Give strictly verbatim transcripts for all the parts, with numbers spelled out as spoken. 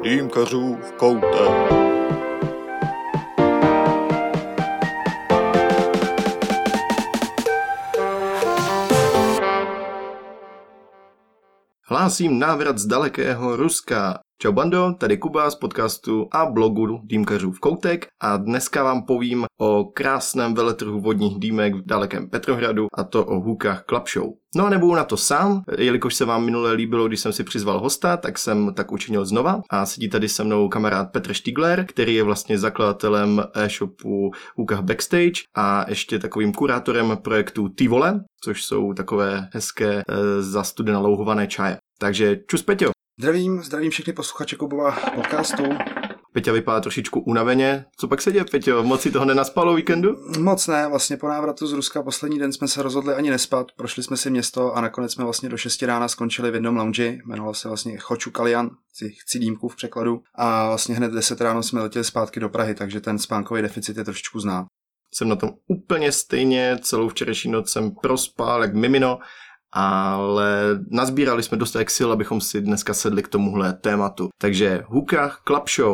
Dýmkařů v koutech. Hlásím návrat z dalekého Ruska. Čau bando, tady Kuba z podcastu a blogu Dýmkařů v koutek a dneska vám povím o krásném veletrhu vodních dýmek v dalekém Petrohradu, a to o Hukach Club Show. No a nebudu na to sám, jelikož se vám minule líbilo, když jsem si přizval hosta, tak jsem tak učinil znova a sedí tady se mnou kamarád Petr Štigler, který je vlastně zakladatelem e-shopu Hukach Backstage a ještě takovým kurátorem projektu Ty vole, což jsou takové hezké e, za studena louhované čaje. Takže čus Peťo. Zdravím, zdravím všechny posluchače Kubova podcastu. Peťa vypadá trošičku unaveně. Co pak se děje, Peťo? Moc si toho nenaspalo o víkendu? Moc ne, vlastně po návratu z Ruska poslední den jsme se rozhodli ani nespat, prošli jsme si město a nakonec jsme vlastně do šesti rána skončili v jednom lounge, jmenovalo se vlastně Choču Kalian, chci dýmku v překladu, a vlastně hned deset ráno jsme letěli zpátky do Prahy, takže ten spánkový deficit je trošičku znát. Jsem na tom úplně stejně, celou včerejší noc jsem prospal jak mimino, ale nazbírali jsme dostatek sil, abychom si dneska sedli k tomuhle tématu. Takže Hukach Club Show.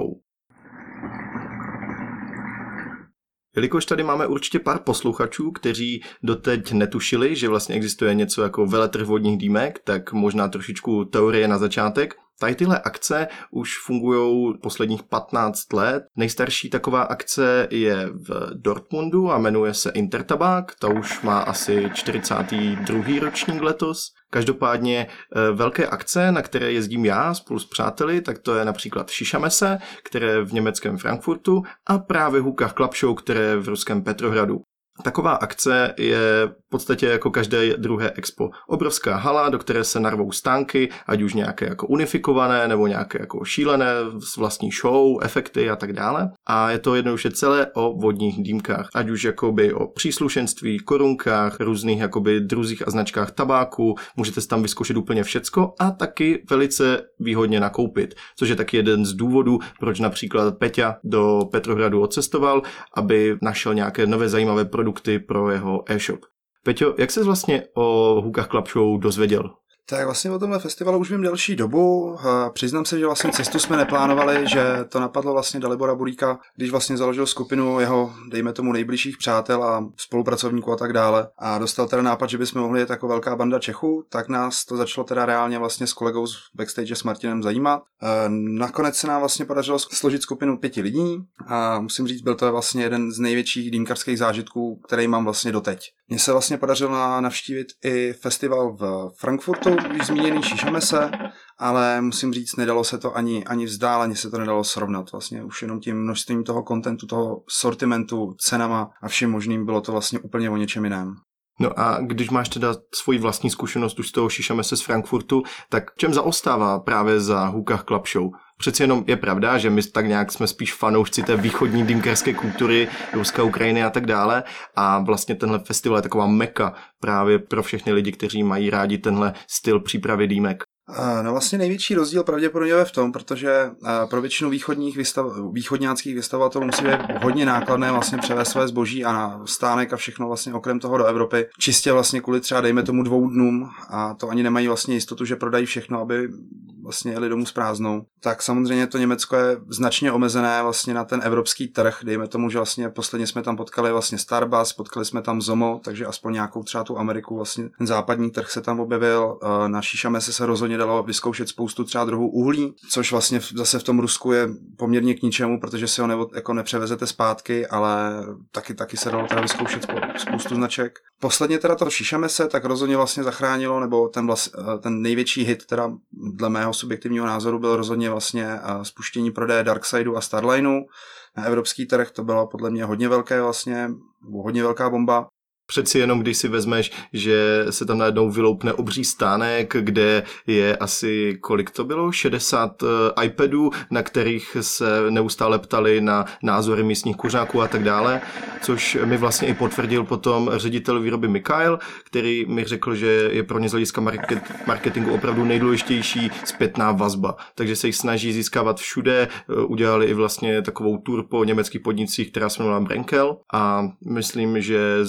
Jelikož tady máme určitě pár posluchačů, kteří doteď netušili, že vlastně existuje něco jako veletrh vodních dýmek, tak možná trošičku teorie na začátek. Tady tyhle akce už fungují posledních patnáct let. Nejstarší taková akce je v Dortmundu a jmenuje se Intertabak. Ta už má asi čtyřicátý druhý ročník letos. Každopádně velké akce, na které jezdím já spolu s přáteli, tak to je například Šišamese, které je v německém Frankfurtu, a právě Hukach Club Show, které je v ruském Petrohradu. Taková akce je v podstatě jako každé druhé expo. Obrovská hala, do které se narvou stánky, ať už nějaké jako unifikované nebo nějaké jako šílené s vlastní show, efekty a tak dále. A je to jednoduše celé o vodních dýmkách. Ať už jakoby o příslušenství, korunkách, různých jakoby druzích a značkách tabáku, můžete si tam vyzkoušet úplně všecko a taky velice výhodně nakoupit. Což je taky jeden z důvodů, proč například Peťa do Petrohradu odcestoval, aby našel nějaké nové zajímavé produkty produkty pro jeho e-shop. Peťo, jak ses vlastně o Hukach Club Show dozvěděl? Tak vlastně o tomhle festivalu už vím delší dobu. Přiznám se, že vlastně cestu jsme neplánovali, že to napadlo vlastně Dalibora Bulíka, když vlastně založil skupinu jeho, dejme tomu, nejbližších přátel a spolupracovníků a tak dále. A dostal teda nápad, že bychom mohli jít jako velká banda Čechů, tak nás to začalo teda reálně vlastně s kolegou z Backstage s Martinem zajímat. Nakonec se nám vlastně podařilo složit skupinu pěti lidí a musím říct, byl to vlastně jeden z největších dýmkařských zážitků, který mám vlastně doteď. Mně se vlastně podařilo navštívit i festival v Frankfurtu, už zmíněný Šišamese, ale musím říct, nedalo se to ani, ani vzdáleně se to nedalo srovnat. Vlastně už jenom tím množstvím toho kontentu, toho sortimentu, cenama a všem možným bylo to vlastně úplně o něčem jiném. No a když máš teda svoji vlastní zkušenost už z toho Šišamese z Frankfurtu, tak čem zaostává právě za Hukach Club Show? Přeci jenom je pravda, že my tak nějak jsme spíš fanoušci té východní dýmkarské kultury, Ruska, Ukrajiny a tak dále, a vlastně tenhle festival je taková meka právě pro všechny lidi, kteří mají rádi tenhle styl přípravy dýmek. No vlastně největší rozdíl pravděpodobně je v tom, protože pro většinu východních vystav, východňáckých vystavovatelů musí být hodně nákladné vlastně převést své zboží a stánek a všechno vlastně okrem toho do Evropy. Čistě vlastně kvůli třeba dejme tomu dvou dnům, a to ani nemají vlastně jistotu, že prodají všechno, aby vlastně jeli domů s prázdnou. Tak samozřejmě to Německo je značně omezené vlastně na ten evropský trh. Dejme tomu, že vlastně posledně jsme tam potkali vlastně Starbucks, potkali jsme tam Zomo, takže aspoň nějakou třeba tu Ameriku, vlastně ten západní trh se tam objevil. Na Šišamese se rozhodně dalo vyzkoušet spoustu třeba druhů uhlí, což vlastně zase v tom Rusku je poměrně k ničemu, protože si ho ne, jako nepřevezete zpátky, ale taky, taky se dalo teda vyzkoušet spoustu značek. Posledně teda to Šišamese tak rozhodně vlastně zachránilo, nebo ten, vlast, ten největší hit teda dle mého subjektivního názoru byl rozhodně vlastně spuštění prodeje Darksideu a Starlineu na evropský trh. To bylo podle mě hodně velké vlastně, hodně velká bomba. Přeci jenom, když si vezmeš, že se tam najednou vyloupne obří stánek, kde je asi, kolik to bylo, šedesát uh, iPadů, na kterých se neustále ptali na názory místních kuřáků a tak dále, což mi vlastně i potvrdil potom ředitel výroby Mikhail, který mi řekl, že je pro ně z hlediska market, marketingu opravdu nejdůležitější zpětná vazba. Takže se jich snaží získávat všude, udělali i vlastně takovou tour po německých podnicích, která se jmenovala Brenkel, a myslím, že zrovna tady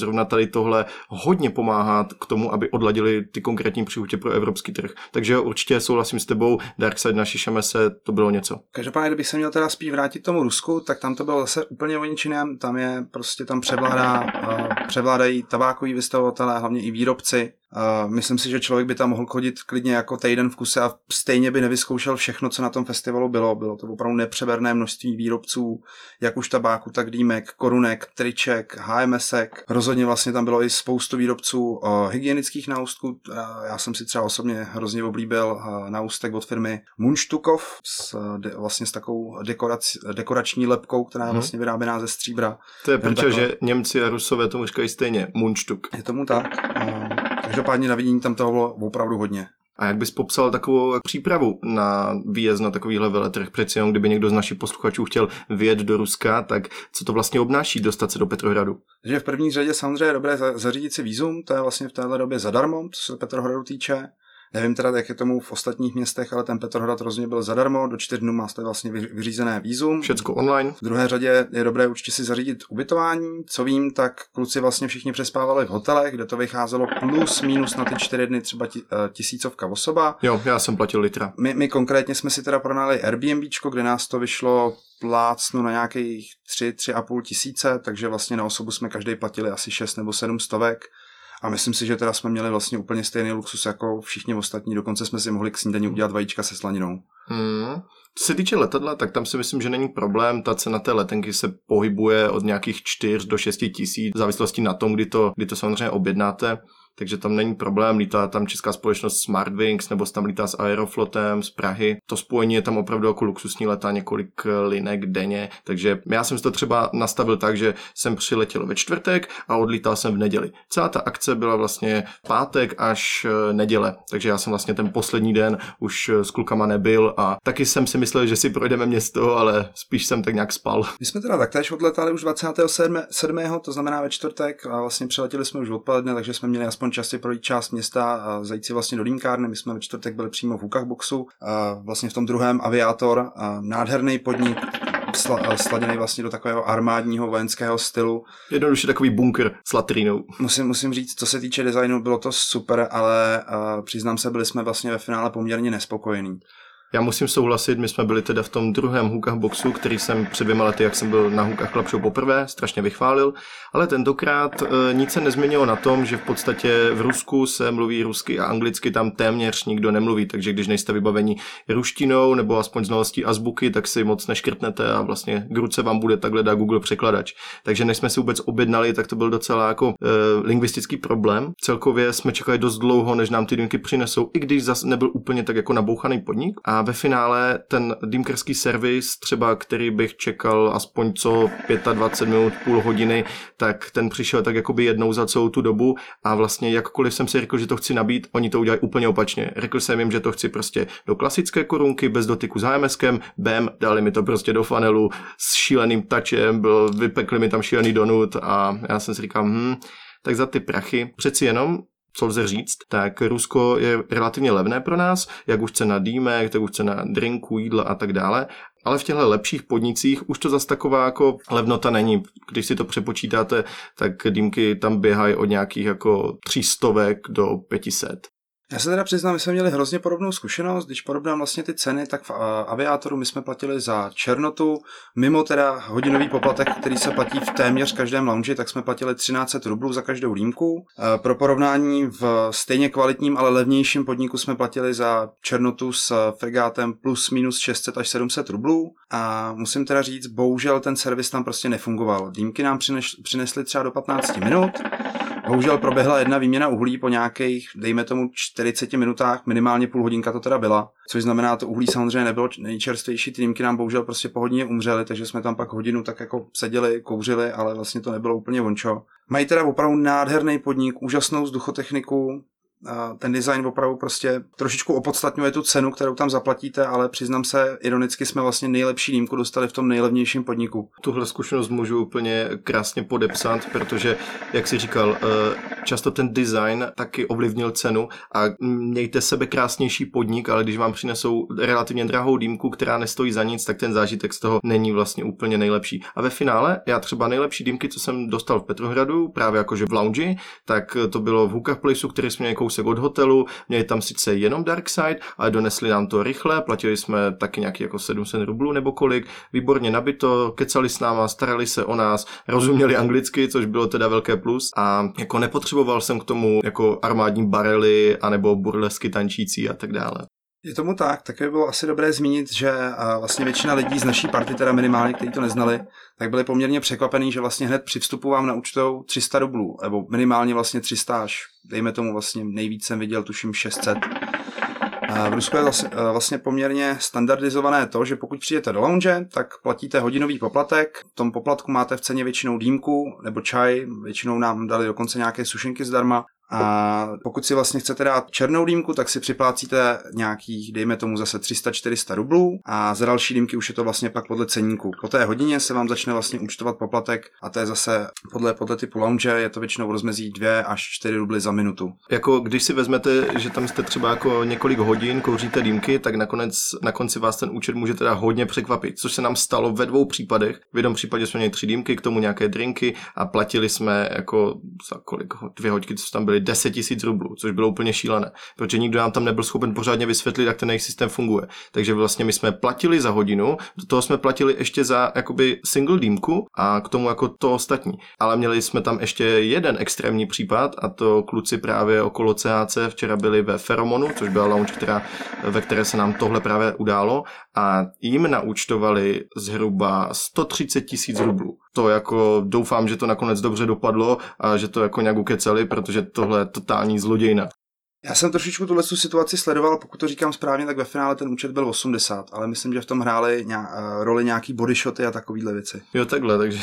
tohle hodně pomáhat k tomu, aby odladili ty konkrétní příchutě pro evropský trh. Takže určitě souhlasím s tebou, Darkside na šišamese, to bylo něco. Každopádně, kdybych se měl teda spíš vrátit tomu Rusku, tak tam to bylo zase úplně o ničem. Tam je prostě tam převládá, uh, převládají tabákoví vystavovatelé, hlavně i výrobci. Uh, myslím si, že člověk by tam mohl chodit klidně jako týden v kuse a stejně by nevyzkoušel všechno, co na tom festivalu bylo. Bylo to opravdu nepřeberné množství výrobců, jak už tabáku, tak dýmek, korunek, triček, há em esek. Rozhodně vlastně tam bylo i spoustu výrobců uh, hygienických náustků. Uh, já jsem si třeba osobně hrozně oblíbil uh, náustek od firmy Munštukov s, de, vlastně s takovou dekoraci, dekorační lepkou, která je vlastně vyráběná ze stříbra. To je proto, že Němci a Rusové tomu říkají stejně Mundstück. Je tomu tak. Uh, Každopádně na vidění tam toho bylo opravdu hodně. A jak bys popsal takovou přípravu na výjezd na takovýhle veletrh? Přeci jenom, kdyby někdo z našich posluchačů chtěl vyjet do Ruska, tak co to vlastně obnáší dostat se do Petrohradu? Takže v první řadě samozřejmě je dobré zařídit si vízum, to je vlastně v téhle době zadarmo, co se Petrohradu týče. Nevím teda, jak je tomu v ostatních městech, ale ten Petrohrad rozhodně byl zadarmo, do čtyř dnů máte vlastně vyřízené vízum. Všecko online. V druhé řadě je dobré určitě si zařídit ubytování. Co vím, tak kluci vlastně všichni přespávali v hotelech, kde to vycházelo plus minus na ty čtyři dny třeba tisícovka osoba. Jo, já jsem platil litra. My, my konkrétně jsme si teda pronali Airbnbčko, kde nás to vyšlo plácnu na nějakých tři, tři a půl tisíce, takže vlastně na osobu jsme každý platili asi šest nebo sedm stovek. A myslím si, že teda jsme měli vlastně úplně stejný luxus jako všichni ostatní, dokonce jsme si mohli k snídani udělat vajíčka se slaninou. Hmm. Co se týče letadla, tak tam si myslím, že není problém. Ta cena té letenky se pohybuje od nějakých čtyř do šesti tisíc, v závislosti na tom, kdy to, kdy to samozřejmě objednáte. Takže tam není problém, lítá tam česká společnost Smartwings, nebo tam lítá s Aeroflotem z Prahy. To spojení je tam opravdu jako luxusní leta, několik linek denně, takže já jsem si to třeba nastavil tak, že jsem přiletěl ve čtvrtek a odlítal jsem v neděli. Celá ta akce byla vlastně pátek až neděle, takže já jsem vlastně ten poslední den už s klukama nebyl a taky jsem si myslel, že si projdeme město, ale spíš jsem tak nějak spal. My jsme teda taktéž odletali už dvacátého sedmého to znamená ve čtvrtek a vlastně přiletěli jsme už odpoledne, takže jsme měli aspoň čas si projít část města a zajít si vlastně do dýmkárny. My jsme ve čtvrtek byli přímo v Hukach boxu, a vlastně v tom druhém Aviátor, a nádherný podnik, sla, sladěný vlastně do takového armádního vojenského stylu. Jednoduše takový bunkr s latrínou. Musím, musím říct, co se týče designu, bylo to super, ale uh, přiznám se, byli jsme vlastně ve finále poměrně nespokojení. Já musím souhlasit, my jsme byli teda v tom druhém Hukach boxu, který jsem před dvěma lety, jak jsem byl na Hukach Club Show poprvé, strašně vychválil, ale tentokrát e, nic se nezměnilo na tom, že v podstatě v Rusku se mluví rusky a anglicky tam téměř nikdo nemluví, takže když nejste vybavení ruštinou nebo aspoň znalostí azbuky, tak si moc neškrtnete a vlastně k ruce vám bude takhle dá Google překladač. Takže než jsme si vůbec objednali, tak to byl docela jako e, lingvistický problém. Celkově jsme čekali dost dlouho, než nám ty dýmky přinesou, i když zase nebyl úplně tak jako nabouchaný podnik. A ve finále ten dýmkerský servis, třeba který bych čekal aspoň co dvacet pět minut, půl hodiny, tak ten přišel tak jakoby jednou za celou tu dobu a vlastně jakkoliv jsem si řekl, že to chci nabít, oni to udělají úplně opačně. Řekl jsem jim, že to chci prostě do klasické korunky, bez dotyku s há em eskem, bam, dali mi to prostě do funnelu s šíleným tačem, byl, vypekli mi tam šílený donut a já jsem si říkal, hm, tak za ty prachy přeci jenom co lze říct, tak Rusko je relativně levné pro nás, jak už cena dýmek, tak už cena drinku, jídla a tak dále, ale v těchto lepších podnicích už to zas taková jako levnota není. Když si to přepočítáte, tak dýmky tam běhají od nějakých jako třístovek do pětiset. Já se teda přiznám, my jsme měli hrozně podobnou zkušenost, když porovnám vlastně ty ceny, tak v Aviátoru my jsme platili za černotu, mimo teda hodinový poplatek, který se platí v téměř každém lounge, tak jsme platili třináct set rublů za každou dýmku. Pro porovnání v stejně kvalitním, ale levnějším podniku jsme platili za černotu s fregátem plus minus šest set až sedm set rublů a musím teda říct, bohužel ten servis tam prostě nefungoval. Dýmky nám přinesly třeba do patnáct minut. Bohužel proběhla jedna výměna uhlí po nějakých, dejme tomu, čtyřiceti minutách, minimálně půl hodinka to teda byla, což znamená, to uhlí samozřejmě nebylo nejčerstvější, ty dýmky nám bohužel prostě po hodině umřely, takže jsme tam pak hodinu tak jako seděli, kouřili, ale vlastně to nebylo úplně vončo. Mají teda opravdu nádherný podnik, úžasnou vzduchotechniku, ten design opravdu prostě trošičku opodstatňuje tu cenu, kterou tam zaplatíte, ale přiznám se, ironicky jsme vlastně nejlepší dýmku dostali v tom nejlevnějším podniku. Tuhle zkušenost můžu úplně krásně podepsat, protože, jak jsi říkal, často ten design taky ovlivnil cenu a mějte sebe krásnější podnik, ale když vám přinesou relativně drahou dýmku, která nestojí za nic, tak ten zážitek z toho není vlastně úplně nejlepší. A ve finále, já třeba nejlepší dýmky, co jsem dostal v Petrohradu, právě jakože v lounge, tak to bylo v Hookah Placeu, který jsme měli kousek od hotelu, měli tam sice jenom Dark Side, ale donesli nám to rychle, platili jsme taky nějaký jako sedm set rublů nebo kolik, výborně nabito, kecali s náma, starali se o nás, rozuměli anglicky, což bylo teda velké plus a jako nepotřeboval jsem k tomu jako armádní barely anebo burlesky tančící a tak dále. Je tomu tak, tak by bylo asi dobré zmínit, že vlastně většina lidí z naší party, teda minimálně, kteří to neznali, tak byli poměrně překvapený, že vlastně hned při vstupu vám naúčtou tři sta rublů, nebo minimálně vlastně tři sta až, dejme tomu vlastně nejvíc jsem viděl, tuším šest set. V Rusku je vlastně poměrně standardizované to, že pokud přijdete do lounge, tak platíte hodinový poplatek, v tom poplatku máte v ceně většinou dýmku nebo čaj, většinou nám dali dokonce nějaké sušenky zdarma. A pokud si vlastně chcete dát černou dýmku, tak si připlácíte nějakých, dejme tomu zase tři sta čtyři sta rublů a za další dýmky už je to vlastně pak podle ceníku. Po té hodině se vám začne vlastně účtovat poplatek a to je zase podle, podle typu lounge, je to většinou v rozmezí dvě až čtyři rubly za minutu. Jako když si vezmete, že tam jste třeba jako několik hodin, kouříte dýmky, tak nakonec na konci vás ten účet může teda hodně překvapit, což se nám stalo ve dvou případech. V jednom případě jsme měli tři dýmky, k tomu nějaké drinky a platili jsme jako za kolik, dvě hodiny, co tam byly deset tisíc rublů, což bylo úplně šílené, protože nikdo nám tam nebyl schopen pořádně vysvětlit, jak ten jejich systém funguje. Takže vlastně my jsme platili za hodinu, do toho jsme platili ještě za jakoby single dýmku a k tomu jako to ostatní. Ale měli jsme tam ještě jeden extrémní případ a to kluci právě okolo C H C včera byli ve Feromonu, což byla lounge, která, ve které se nám tohle právě událo a jim naúčtovali zhruba sto třicet tisíc rublů. To jako doufám, že to nakonec dobře dopadlo a že to jako nějak ukecali, protože tohle je totální zlodějna. Já jsem trošičku tuhle situaci sledoval, pokud to říkám správně, tak ve finále ten účet byl osmdesát, ale myslím, že v tom hráli nějak, roli nějaký bodyshoty a takovýhle věci. Jo, takhle, takže...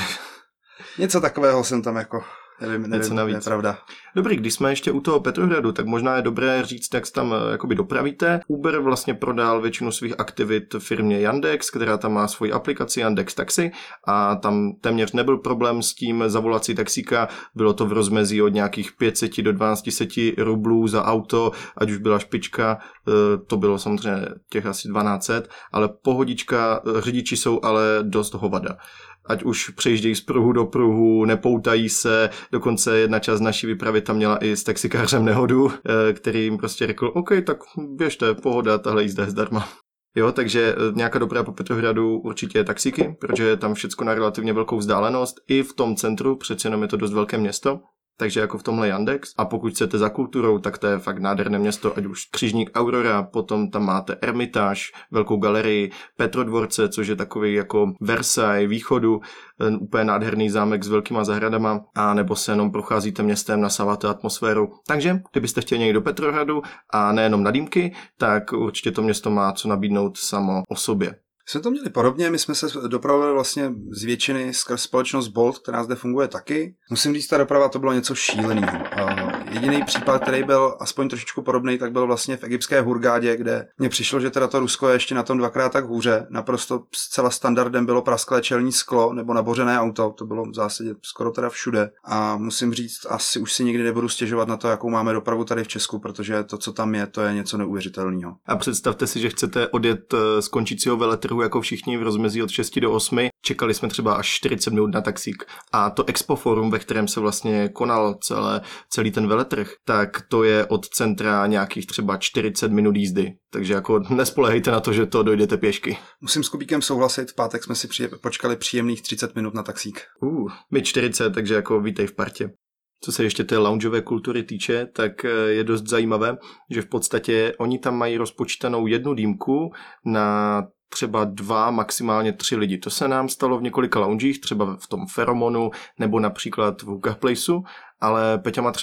Něco takového jsem tam jako... Nevím, nevím, to je pravda. Dobrý, když jsme ještě u toho Petrohradu, tak možná je dobré říct, jak se tam jakoby dopravíte. Uber vlastně prodal většinu svých aktivit firmě Yandex, která tam má svoji aplikaci Yandex Taxi a tam téměř nebyl problém s tím zavolat si taxíka. Bylo to v rozmezí od nějakých pět set do dvanáct set rublů za auto, ať už byla špička, to bylo samozřejmě těch asi dvanáct set, ale pohodička, řidiči jsou ale dost hovada. Ať už přejíždějí z pruhu do pruhu, nepoutají se, dokonce jedna část naší výpravy tam měla i s taxikářem nehodu, který jim prostě řekl, OK, tak běžte, pohoda, tahle jízda je zdarma. Jo, takže nějaká dobrá po Petrohradu určitě je taxíky, protože je tam všecko na relativně velkou vzdálenost. I v tom centru, přece jenom je to dost velké město, takže jako v tomhle Yandex. A pokud chcete za kulturou, tak to je fakt nádherné město, ať už křižník Aurora, potom tam máte Ermitáž, velkou galerii, Petrodvorce, což je takový jako Versailles východu, úplně nádherný zámek s velkýma zahradama, a nebo se jenom procházíte městem, nasáváte atmosféru. Takže, kdybyste chtěli někdy do Petrohradu a nejenom na dýmky, tak určitě to město má co nabídnout samo o sobě. Jsme to měli podobně, my jsme se dopravili vlastně z většiny skrz společnost Bolt, která zde funguje taky. Musím říct, ta doprava to bylo něco šíleného. Jediný případ, který byl aspoň trošičku podobný, tak byl vlastně v egyptské Hurgádě, kde mně přišlo, že teda to Rusko je ještě na tom dvakrát tak hůře. Naprosto zcela standardem bylo prasklé čelní sklo nebo nabořené auto, to bylo v zásadě skoro teda všude. A musím říct, asi už si nikdy nebudu stěžovat na to, jakou máme dopravu tady v Česku, protože to, co tam je, to je něco neuvěřitelného. A představte si, že chcete odjet z končícího veletrhu jako všichni v rozmezí od šesti do osmi. Čekali jsme třeba až čtyřicet minut na taxík. A to Expo Forum, ve kterém se vlastně konal celé, celý ten veletrh, tak to je od centra nějakých třeba čtyřicet minut jízdy. Takže jako nespolehejte na to, že to dojdete pěšky. Musím s Kubíkem souhlasit, v pátek jsme si přije, počkali příjemných třicet minut na taxík. Uh, my čtyřicet, takže jako vítej v partě. Co se ještě té loungeové kultury týče, tak je dost zajímavé, že v podstatě oni tam mají rozpočítanou jednu dýmku na třeba dva, maximálně tři lidi. To se nám stalo v několika loungích, třeba v tom Feromonu nebo například v Hookah Placeu, ale Peťa má třeba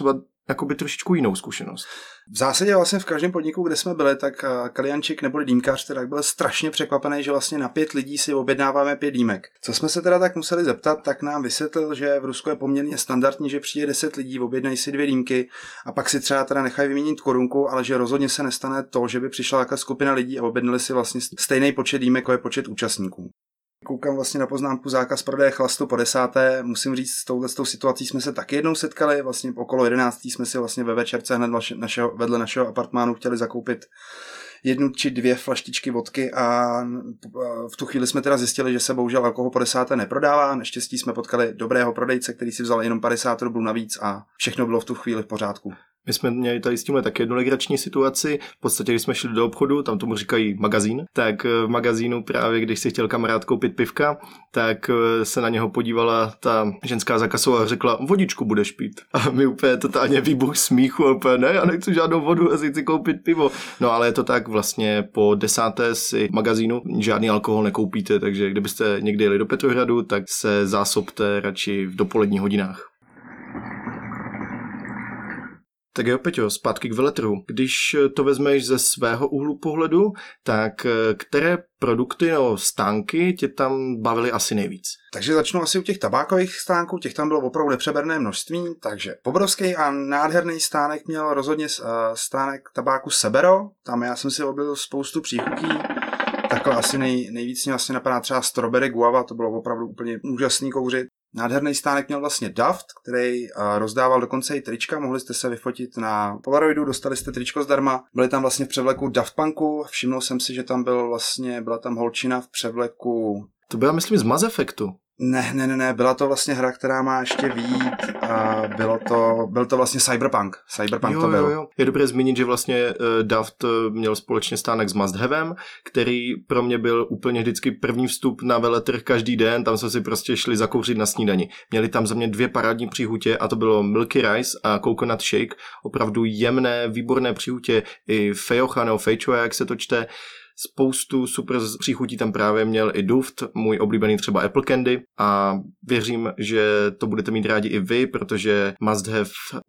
jakoby trošičku jinou zkušenost. V zásadě vlastně v každém podniku, kde jsme byli, tak kaliančik neboli dýmkař teda byl strašně překvapený, že vlastně na pět lidí si objednáváme pět dýmek. Co jsme se teda tak museli zeptat, tak nám vysvětlil, že v Rusku je poměrně standardní, že přijde deset lidí, objednají si dvě dýmky a pak si třeba teda nechají vyměnit korunku, ale že rozhodně se nestane to, že by přišla taková skupina lidí a objednali si vlastně stejný počet dýmek, jako je počet účastníků. Koukám vlastně na poznámku zákaz prodeje chlastu po desáté. Musím říct, s touhletou situací jsme se taky jednou setkali. Vlastně okolo jedenácté jsme si vlastně ve večerce hned našeho, vedle našeho apartmánu chtěli zakoupit jednu či dvě flaštičky vodky a v tu chvíli jsme teda zjistili, že se bohužel alkohol po desáté neprodává. Naštěstí jsme potkali dobrého prodejce, který si vzal jenom padesát rublů navíc a všechno bylo v tu chvíli v pořádku. My jsme měli tady s tímhle taky jednu legrační situaci. V podstatě, když jsme šli do obchodu, tam tomu říkají magazín, tak v magazínu právě, když si chtěl kamarád koupit pivka, tak se na něho podívala ta ženská za kasou a řekla, vodičku budeš pít. A my úplně totálně výbuch smíchu, a úplně ne, já nechci žádnou vodu, já si chci koupit pivo. No ale je to tak, vlastně po desáté si magazínu žádný alkohol nekoupíte, takže kdybyste někdy jeli do Petrohradu, tak se zásobte radši v dopoledních hodinách. Tak jo, Peťo, zpátky k veletrhu. Když to vezmeš ze svého úhlu pohledu, tak které produkty nebo stánky tě tam bavily asi nejvíc? Takže začnu asi u těch tabákových stánků, těch tam bylo opravdu nepřeberné množství, takže obrovský a nádherný stánek měl rozhodně stánek tabáku Sebero, tam já jsem si objevil spoustu příchutí, takhle asi nej, nejvíc mě vlastně napadá třeba strawberry guava, to bylo opravdu úplně úžasný kouřit. Nádherný stánek měl vlastně Daft, který rozdával dokonce i trička, mohli jste se vyfotit na Polaroidu, dostali jste tričko zdarma, byli tam vlastně v převleku Daft Punku, všimnul jsem si, že tam byl vlastně, byla tam holčina v převleku... To byla, myslím, z Mass Effectu. Ne, ne, ne, ne, byla to vlastně hra, která má ještě vyjít a bylo to, byl to vlastně Cyberpunk. Cyberpunk jo, to byl. Jo, jo. Je dobré zmínit, že vlastně uh, Daft měl společně stánek s Must Havem, který pro mě byl úplně vždycky první vstup na veletrh každý den, tam jsme si prostě šli zakouřit na snídani. Měli tam za mě dvě parádní příchutě a to bylo Milky Rice a Coconut Shake, opravdu jemné, výborné příchutě, i Fejocha nebo Fejčo, jak se to čte. Spoustu super příchutí tam právě měl i Duft, můj oblíbený třeba Apple Candy a věřím, že to budete mít rádi i vy, protože Must Have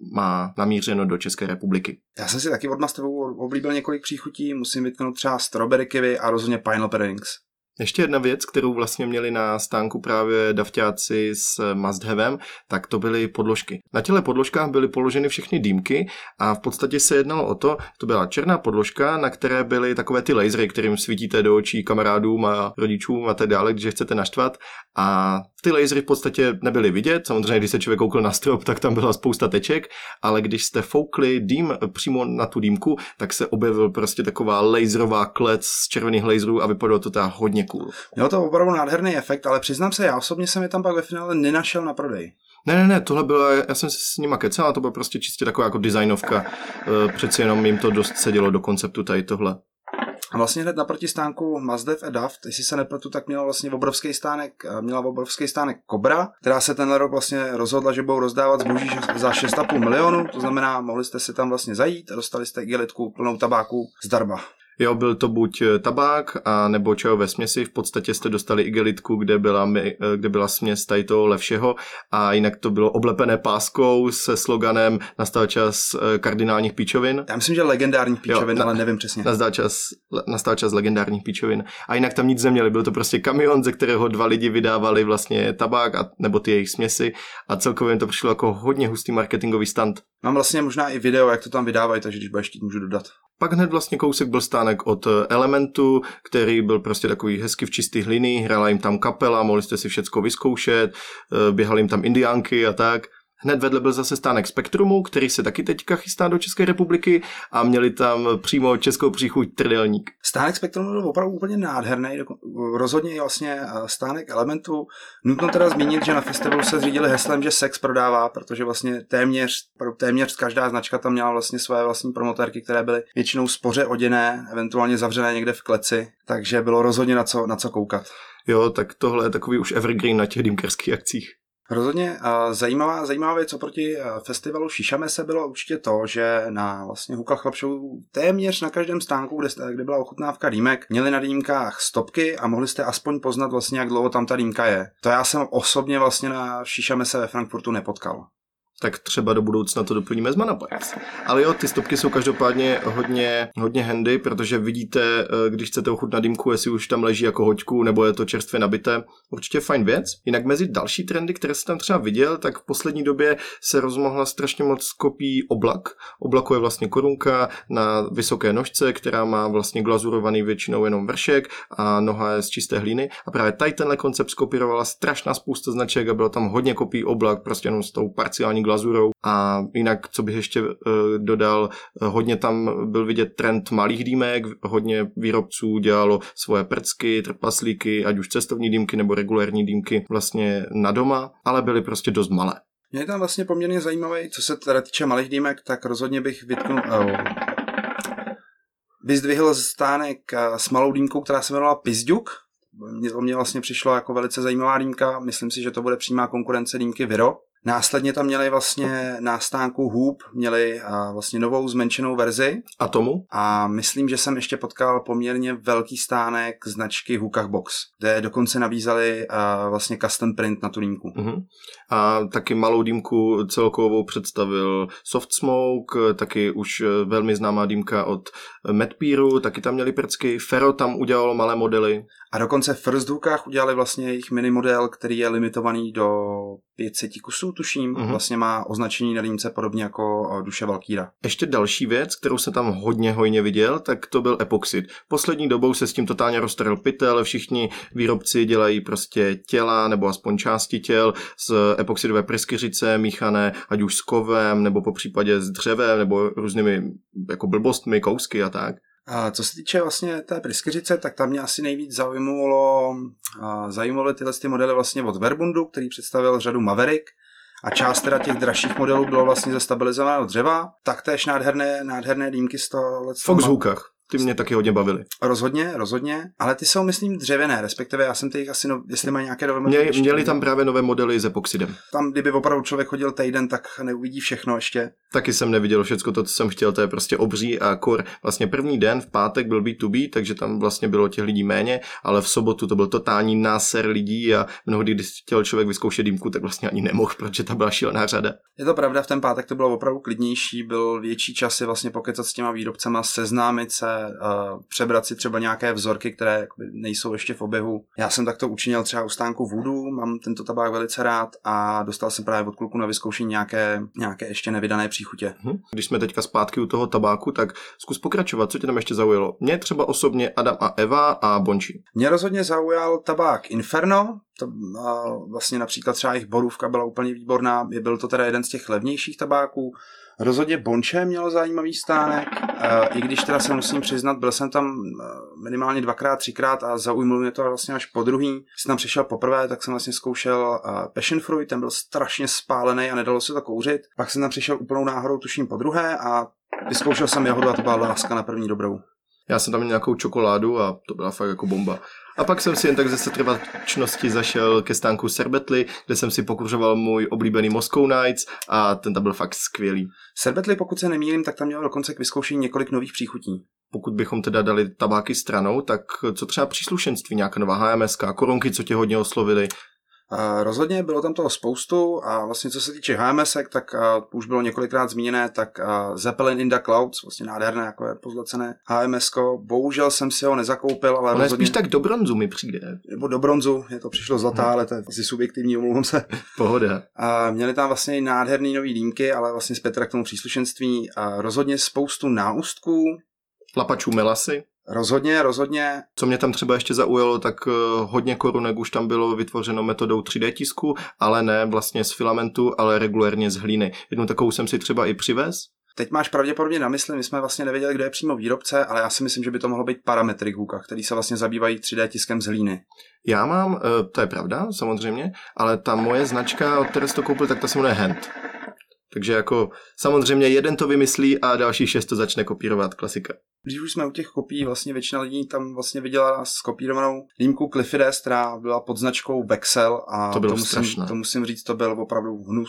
má namířeno do České republiky. Já jsem si taky od Must Have oblíbil několik příchutí, musím vytknout třeba Strawberry Kiwi a rozhodně Pineapple Rings. Ještě jedna věc, kterou vlastně měli na stánku právě dafťáci s Must Havem, tak to byly podložky. Na těle podložkách byly položeny všechny dýmky a v podstatě se jednalo o to, to byla černá podložka, na které byly takové ty lasery, kterým svítíte do očí kamarádům a rodičům a tak dále, když je chcete naštvat. A ty lasery v podstatě nebyly vidět, samozřejmě když se člověk koukl na strop, tak tam byla spousta teček, ale když jste foukli dým přímo na tu dýmku, tak se objevil prostě taková laserová klec z červených laserů a vypadalo to teda hodně cool. Mělo to opravdu nádherný efekt, ale přiznám se, já osobně jsem je tam pak ve finále nenašel na prodej. Ne, ne, ne, tohle bylo, já jsem se s nima kecal, a to bylo prostě čistě taková jako designovka, přeci jenom jim to dost sedělo do konceptu tady tohle. A vlastně hned naproti stánku Must Have a Daft, jestli se nepletu, tak měla vlastně obrovský stánek, měla obrovský stánek Cobra, která se tenhle rok vlastně rozhodla, že budou rozdávat zboží za šest a půl milionu, to znamená, mohli jste si tam vlastně zajít a dostali jste igelitku plnou tabáku zdarma. Jo, byl to buď tabák, a nebo čajové směsi, v podstatě jste dostali igelitku, kde byla, kde byla směs tady tohohle všeho a jinak to bylo oblepené páskou se sloganem nastal čas kardinálních píčovin. Já myslím, že legendárních píčovin, jo, ale nevím přesně. Nastal čas, nastal čas legendárních píčovin a jinak tam nic neměli, byl to prostě kamion, ze kterého dva lidi vydávali vlastně tabák a, nebo ty jejich směsi a celkově to přišlo jako hodně hustý marketingový stand. Mám vlastně možná i video, jak to tam vydávají, takže když budeš chtít, můžu dodat. Pak hned vlastně kousek byl stánek od Elementu, který byl prostě takový hezky v čistých liních, hrála jim tam kapela, mohli jste si všecko vyzkoušet, běhali jim tam indiánky a tak. Hned vedle byl zase stánek Spektrumu, který se taky teďka chystá do České republiky a měli tam přímo českou příchuť trdelník. Stánek Spektrumu byl opravdu úplně nádherný, rozhodně i vlastně stánek Elementu. Nutno teda zmínit, že na festivalu se zřídili heslem, že sex prodává, protože vlastně téměř, téměř každá značka tam měla vlastně své vlastní promotérky, které byly většinou spoře oděné, eventuálně zavřené někde v kleci, takže bylo rozhodně na co, na co koukat. Jo, tak tohle je takový už evergreen na těch dýmkerských akcích. Rozhodně uh, zajímavá, zajímavá věc oproti uh, festivalu Šišamese bylo určitě to, že na vlastně Hukal Chlap Show téměř na každém stánku, kde, kde byla ochutnávka dýmek, měli na dýmkách stopky a mohli jste aspoň poznat vlastně, jak dlouho tam ta dýmka je. To já jsem osobně vlastně na Šišamese ve Frankfurtu nepotkal. Tak třeba do budoucna to doplníme z Manaplex. Ale jo, ty stopky jsou každopádně hodně, hodně handy, protože vidíte, když chcete ochutnat dýmku, jestli už tam leží jako hoďku, nebo je to čerstvě nabité. Určitě fajn věc. Jinak mezi další trendy, které jsem tam třeba viděl, tak v poslední době se rozmohla strašně moc kopií oblak. Oblaku je vlastně korunka na vysoké nožce, která má vlastně glazurovaný většinou jenom vršek a noha je z čisté hlíny. A právě tady tenhle koncept skopírovala strašná spousta značek a bylo tam hodně kopií oblak, prostě jenom s tou parciální glazurou. A jinak, co bych ještě uh, dodal, hodně tam byl vidět trend malých dýmek, hodně výrobců dělalo svoje prcky, trpaslíky, ať už cestovní dýmky nebo regulérní dýmky vlastně na doma, ale byly prostě dost malé. Mě je tam vlastně poměrně zajímavý, co se teda týče malých dýmek, tak rozhodně bych vytknul, oh, vyzdvihl stánek s malou dýmkou, která se jmenovala Pizďuk. To mě vlastně přišlo jako velice zajímavá dýmka, myslím si, že to bude přímá konkurence dýmky Viro. Následně tam měli vlastně na stánku Hoop, měli vlastně novou zmenšenou verzi. A tomu? A myslím, že jsem ještě potkal poměrně velký stánek značky Hookah Box, kde dokonce nabízeli vlastně custom print na tu dýmku. Uh-huh. A taky malou dýmku celkovou představil Soft Smoke, taky už velmi známá dýmka od Medpeeru, taky tam měli prcky, Fero tam udělalo malé modely. A dokonce v First Hookách udělali vlastně jejich mini model, který je limitovaný do pět set kusů, tuším. Uh-huh. Vlastně má označení na dýmce podobně jako duše Valkýra. Ještě další věc, kterou jsem tam hodně hojně viděl, tak to byl epoxid. Poslední dobou se s tím totálně roztrhl pytel, všichni výrobci dělají prostě těla nebo aspoň části těl z epoxidové pryskyřice míchané, ať už s kovem nebo po případě s dřevem nebo různými jako blbostmi, kousky a tak. A co se týče vlastně té pryskyřice, tak tam mě asi nejvíc zajímalo, zajímaly tyhle ty modely vlastně od Verbundu, který představil řadu Maverick, a část teda těch dražších modelů bylo vlastně ze stabilizovaného dřeva. Taktéž nádherné, nádherné dýmky z tohohle. Fox Hookah. Ty mě taky hodně bavily. Rozhodně, rozhodně, ale ty jsou, myslím, dřevěné, respektive já jsem těch asi, no, jestli mají nějaké nové modely. Mě, měli tam právě nové modely s epoxidem. Tam, kdyby opravdu člověk chodil týden, tak neuvidí všechno ještě. Taky jsem neviděl všecko to, co jsem chtěl, to je prostě obří a kor. Vlastně první den v pátek byl bé dvě bé, takže tam vlastně bylo těch lidí méně, ale v sobotu to byl totální náser lidí a mnohdy, když chtěl člověk vyzkoušet dýmku, tak vlastně ani nemohl, protože tam byla šílená řada. Je to pravda, v ten pátek to bylo opravdu klidnější, byl větší časy vlastně pokecat s těma výrobcema, seznámit se, uh, přebrat si třeba nějaké vzorky, které nejsou ještě v oběhu. Já jsem takto učinil třeba u stánku Voodoo, mám tento tabák velice rád a dostal jsem právě od kluku na vyzkoušení nějaké, nějaké ještě nevydané příchutě. Když jsme teďka zpátky u toho tabáku, tak zkus pokračovat, co tě tam ještě zaujalo? Mě třeba osobně Adam a Eva a Bonči. Mě rozhodně zaujal tabák Inferno, to, a vlastně například třeba jejich borůvka byla úplně výborná, byl to teda jeden z těch levnějších tabáků. Rozhodně Bonče mělo zajímavý stánek, i když teda se musím přiznat, byl jsem tam minimálně dvakrát, třikrát a zaujmul mě to vlastně až po druhý. Když jsem tam přišel poprvé, tak jsem vlastně zkoušel Passion Fruit, ten byl strašně spálený a nedalo se to kouřit. Pak jsem tam přišel úplnou náhodou, tuším po druhé a vyzkoušel jsem jahodu a to byla láska na první dobrou. Já jsem tam měl nějakou čokoládu a to byla fakt jako bomba. A pak jsem si jen tak ze setrvačnosti zašel ke stánku Serbetli, kde jsem si pokuřoval můj oblíbený Moscow Nights a ten tam byl fakt skvělý. Serbetli, pokud se nemýlím, tak tam měl dokonce k vyzkoušení několik nových příchutí. Pokud bychom teda dali tabáky stranou, tak co třeba příslušenství, nějaká nová há em eska, korunky, co tě hodně oslovily? Uh, rozhodně bylo tam toho spoustu a vlastně co se týče há em esek, tak uh, už bylo několikrát zmíněné, tak uh, Zeppelin in the Clouds, vlastně nádherné, jako je pozlacené há em esko. Bohužel jsem si ho nezakoupil, ale ale rozhodně... spíš tak do bronzu mi přijde. Nebo do bronzu, je to přišlo zlatá, hmm. ale to je asi subjektivní, omlouvám se. Pohoda. Uh, měli tam vlastně nádherný nový dýmky, ale vlastně zpět k tomu příslušenství. Uh, rozhodně spoustu náustků. Lapačů melasy. Rozhodně, rozhodně. Co mě tam třeba ještě zaujalo, tak uh, hodně korunek už tam bylo vytvořeno metodou tři dé tisku, ale ne vlastně z filamentu, ale regulérně z hlíny. Jednu takovou jsem si třeba i přivez. Teď máš pravděpodobně na mysli, my jsme vlastně nevěděli, kdo je přímo výrobce, ale já si myslím, že by to mohlo být Parametric Hookah, který se vlastně zabývají tři dé tiskem z hlíny. Já mám, uh, to je pravda, samozřejmě, ale ta moje značka, od které jsi to koupil, tak ta se jmenuje Hand. Takže jako samozřejmě jeden to vymyslí a další šest to začne kopírovat, klasika. Když už jsme u těch kopií, vlastně většina lidí tam vlastně viděla skopírovanou dýmku Cliffides, která byla pod značkou Vexel a to bylo to musím, to musím říct, to byl opravdu hnus.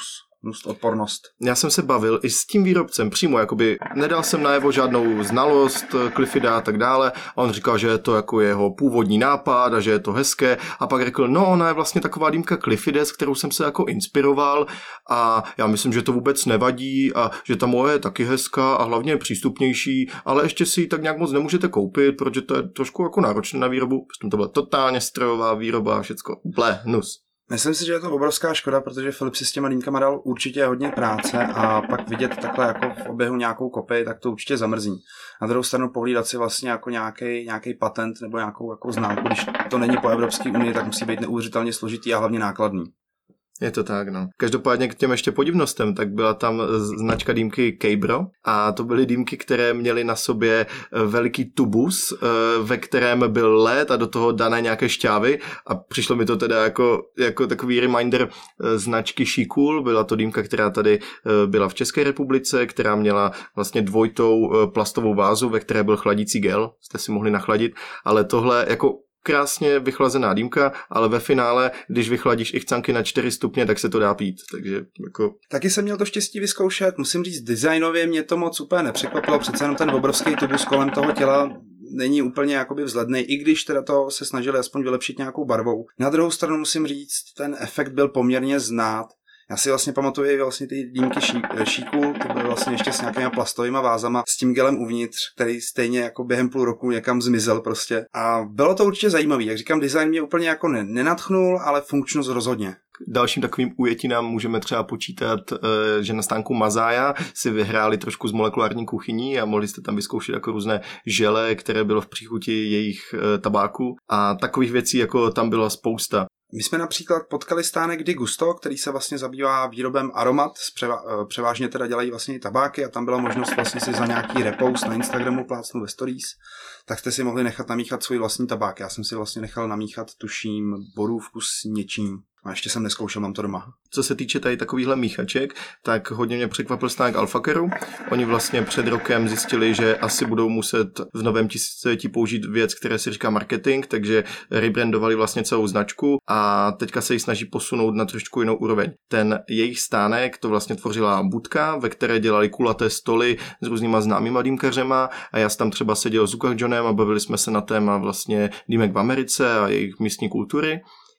odpornost. Já jsem se bavil i s tím výrobcem přímo, jakoby nedal jsem najevo žádnou znalost Cliffida a tak dále. A on říkal, že je to jako jeho původní nápad a že je to hezké. A pak řekl, no ona je vlastně taková dýmka Cliffides, kterou jsem se jako inspiroval a já myslím, že to vůbec nevadí a že ta moje je taky hezká a hlavně je přístupnější, ale ještě si ji tak nějak moc nemůžete koupit, protože to je trošku jako náročné na výrobu. Potom to byla totálně strojová výroba a všecko. Ble, hnus. Myslím si, že je to obrovská škoda, protože Filip si s těma dýmkama dal určitě hodně práce a pak vidět takhle jako v oběhu nějakou kopii, tak to určitě zamrzí. Na druhou stranu pohlídat si vlastně jako nějaký nějaký patent nebo nějakou jako známku, když to není po Evropské unii, tak musí být neuvěřitelně složitý a hlavně nákladný. Je to tak, no. Každopádně k těm ještě podivnostem, tak byla tam značka dýmky K-Bro a to byly dýmky, které měly na sobě veliký tubus, ve kterém byl led a do toho dané nějaké šťávy a přišlo mi to teda jako, jako takový reminder značky She-Cool. Byla to dýmka, která tady byla v České republice, která měla vlastně dvojitou plastovou vázu, ve které byl chladící gel, jste si mohli nachladit, ale tohle jako krásně vychlazená dýmka, ale ve finále, když vychladíš i chcanky na čtyři stupně, tak se to dá pít. Takže jako... Taky jsem měl to štěstí vyzkoušet, musím říct, designově mě to moc úplně nepřekvapilo, přece jenom ten obrovský tubus kolem toho těla není úplně jakoby vzhledný, i když teda to se snažili aspoň vylepšit nějakou barvou. Na druhou stranu musím říct, ten efekt byl poměrně znát. Já si vlastně pamatuju vlastně ty dýmky She-Cool, ty byly vlastně ještě s nějakýma plastovými vázama, s tím gelem uvnitř, který stejně jako během půl roku někam zmizel prostě. A bylo to určitě zajímavý, jak říkám, design mě úplně jako nenadchnul, ale funkčnost rozhodně. Dalším takovým ujetinám můžeme třeba počítat, že na stánku Mazája si vyhráli trošku z molekulární kuchyní a mohli jste tam vyzkoušet jako různé žele, které bylo v příchuti jejich tabáku a takových věcí jako tam byla spousta. My jsme například potkali stánek Di Gusto, který se vlastně zabývá výrobem aromat, převážně teda dělají vlastně i tabáky a tam byla možnost vlastně si za nějaký repost na Instagramu plácnu ve stories, tak jste si mohli nechat namíchat svůj vlastní tabák. Já jsem si vlastně nechal namíchat, tuším, borůvku s něčím. A ještě jsem neskoušel, mám to doma. Co se týče tady takovýchhle míchaček, tak hodně mě překvapil stánek Alfakeru. Oni vlastně před rokem zjistili, že asi budou muset v novém tisíciletí použít věc, které se říká marketing, takže rebrandovali vlastně celou značku a teďka se ji snaží posunout na trošku jinou úroveň. Ten jejich stánek to vlastně tvořila budka, ve které dělali kulaté stoly s různýma známýma dýmkařema a já jsem tam třeba seděl s Lukáš Johnem a bavili jsme se na téma vlastně dýmek v Americe a jejich místní kultury.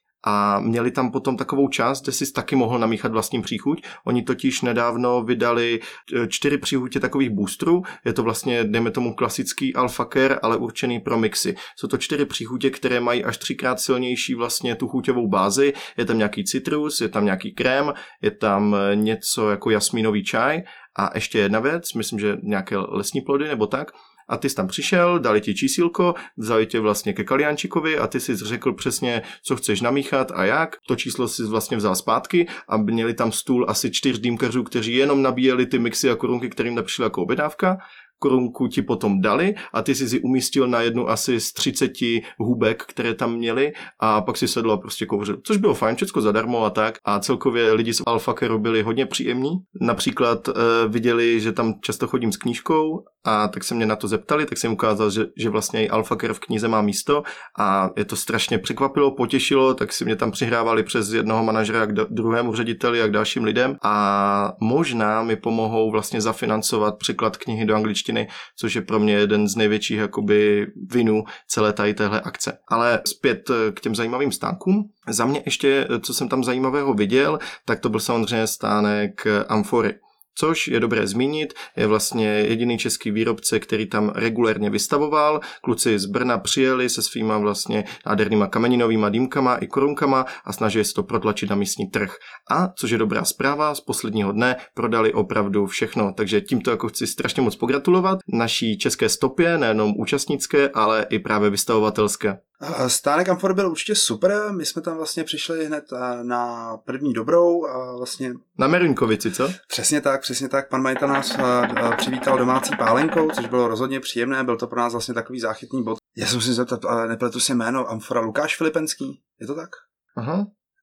A měli tam potom takovou část, kde si taky mohl namíchat vlastní příchuť. Oni totiž nedávno vydali čtyři příchutě takových boostrů. Je to vlastně, dejme tomu, klasický Alfaker, ale určený pro mixy. Jsou to čtyři příchutě, které mají až třikrát silnější vlastně tu chuťovou bázi. Je tam nějaký citrus, je tam nějaký krém, je tam něco jako jasmínový čaj a ještě jedna věc, myslím, že nějaké lesní plody nebo tak. A ty jsi tam přišel, dali ti čísílko, vzali tě vlastně ke kaliánčikovi a ty jsi řekl přesně, co chceš namíchat a jak. To číslo si vlastně vzal zpátky a měli tam stůl asi čtyř dýmkařů, kteří jenom nabíjeli ty mixy a korunky, kterým nepřišla jako objednávka. Korunku ti potom dali a ty si si umístil na jednu asi z třiceti hubek, které tam měli a pak si sedl a prostě kouřil. Což bylo fajn, všecko zadarmo a tak. A celkově lidi z Alfakeru byli hodně příjemní. Například e, viděli, že tam často chodím s knížkou a tak se mě na to zeptali, tak jsem ukázal, že, že vlastně i Alfaker v knize má místo a je to strašně překvapilo, potěšilo, tak si mě tam přihrávali přes jednoho manažera k druhému řediteli a k dalším lidem a možná mi pomohou vlastně zafinancovat překlad knihy do angličtiny, což je pro mě jeden z největších jakoby vinů celé tady téhle akce. Ale zpět k těm zajímavým stánkům. Za mě ještě, co jsem tam zajímavého viděl, tak to byl samozřejmě stánek Amfory. Což je dobré zmínit, je vlastně jediný český výrobce, který tam regulérně vystavoval. Kluci z Brna přijeli se svýma vlastně nádhernýma kameninovýma dýmkama i korunkama a snažili se to protlačit na místní trh. A což je dobrá zpráva, z posledního dne prodali opravdu všechno, takže tímto jako chci strašně moc pogratulovat naší české stopě, nejenom účastnické, ale i právě vystavovatelské. Stánek Amfory byl určitě super, my jsme tam vlastně přišli hned na první dobrou a vlastně... Na Meruňkovici, co? Přesně tak, přesně tak, pan majitel nás přivítal domácí pálenkou, což bylo rozhodně příjemné, byl to pro nás vlastně takový záchytný bod. Já jsem si zeptat, ale nepletu si jméno Amfora, Lukáš Filipenský, je to tak? Aha.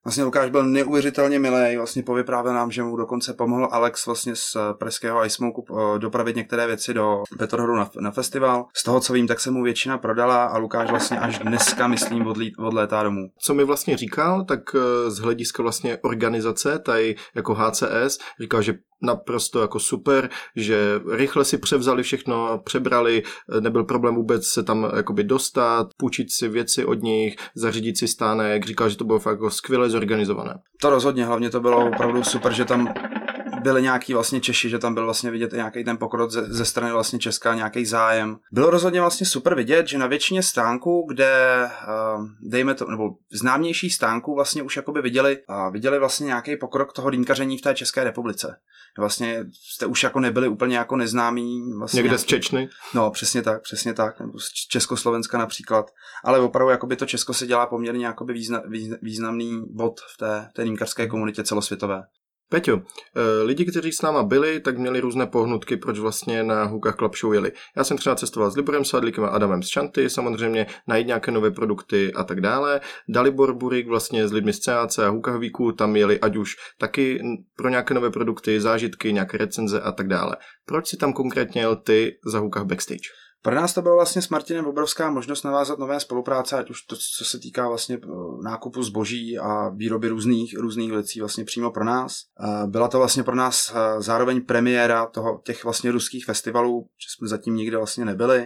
Vlastně Lukáš byl neuvěřitelně milý, vlastně povyprávěl nám, že mu dokonce pomohl Alex vlastně z pražského Ice Smoke dopravit některé věci do Petrohradu na, na festival. Z toho, co vím, tak se mu většina prodala a Lukáš vlastně až dneska, myslím, odlít, odlétá domů. Co mi vlastně říkal, tak z hlediska vlastně organizace, tady jako H C S, říkal, že naprosto jako super, že rychle si převzali všechno, přebrali, nebyl problém vůbec se tam jakoby dostat, půjčit si věci od nich, zařídit si stánek, říkal, že to bylo fakt jako skvěle zorganizované. To rozhodně, hlavně to bylo opravdu super, že tam byli nějaký vlastně Češi, že tam byl vlastně vidět nějaký ten pokrok ze, ze strany vlastně Česka, nějaký zájem. Bylo rozhodně vlastně super vidět, že na většině stánků, kde uh, dejme to, nebo známější stánků vlastně už jakoby viděli, uh, viděli vlastně nějaký pokrok toho dýmkaření v té České republice. Vlastně jste už jako nebyli úplně jako neznámí. Vlastně někde nějaký, z Čečny? No, přesně tak, přesně tak, nebo z Československa například. Ale opravdu jakoby to Česko se dělá poměrně jakoby význa, významný bod v té, té dýmkařské komunitě celosvětové. Peťo, lidi, kteří s náma byli, tak měli různé pohnutky, proč vlastně na Hookah Club Show jeli. Já jsem třeba cestoval s Liborem Sadlíkem a Adamem z Chanty, samozřejmě najít nějaké nové produkty a tak dále. Dalibor Burik vlastně s lidmi z C A C a Hookah Weeku, tam jeli ať už taky pro nějaké nové produkty, zážitky, nějaké recenze a tak dále. Proč si tam konkrétně jel ty za Hookah Backstage? Pro nás to byla vlastně s Martinem obrovská možnost navázat nové spolupráce, ať už to, co se týká vlastně nákupu zboží a výroby různých, různých věcí vlastně přímo pro nás. Byla to vlastně pro nás zároveň premiéra toho, těch vlastně ruských festivalů, že jsme zatím nikde vlastně nebyli.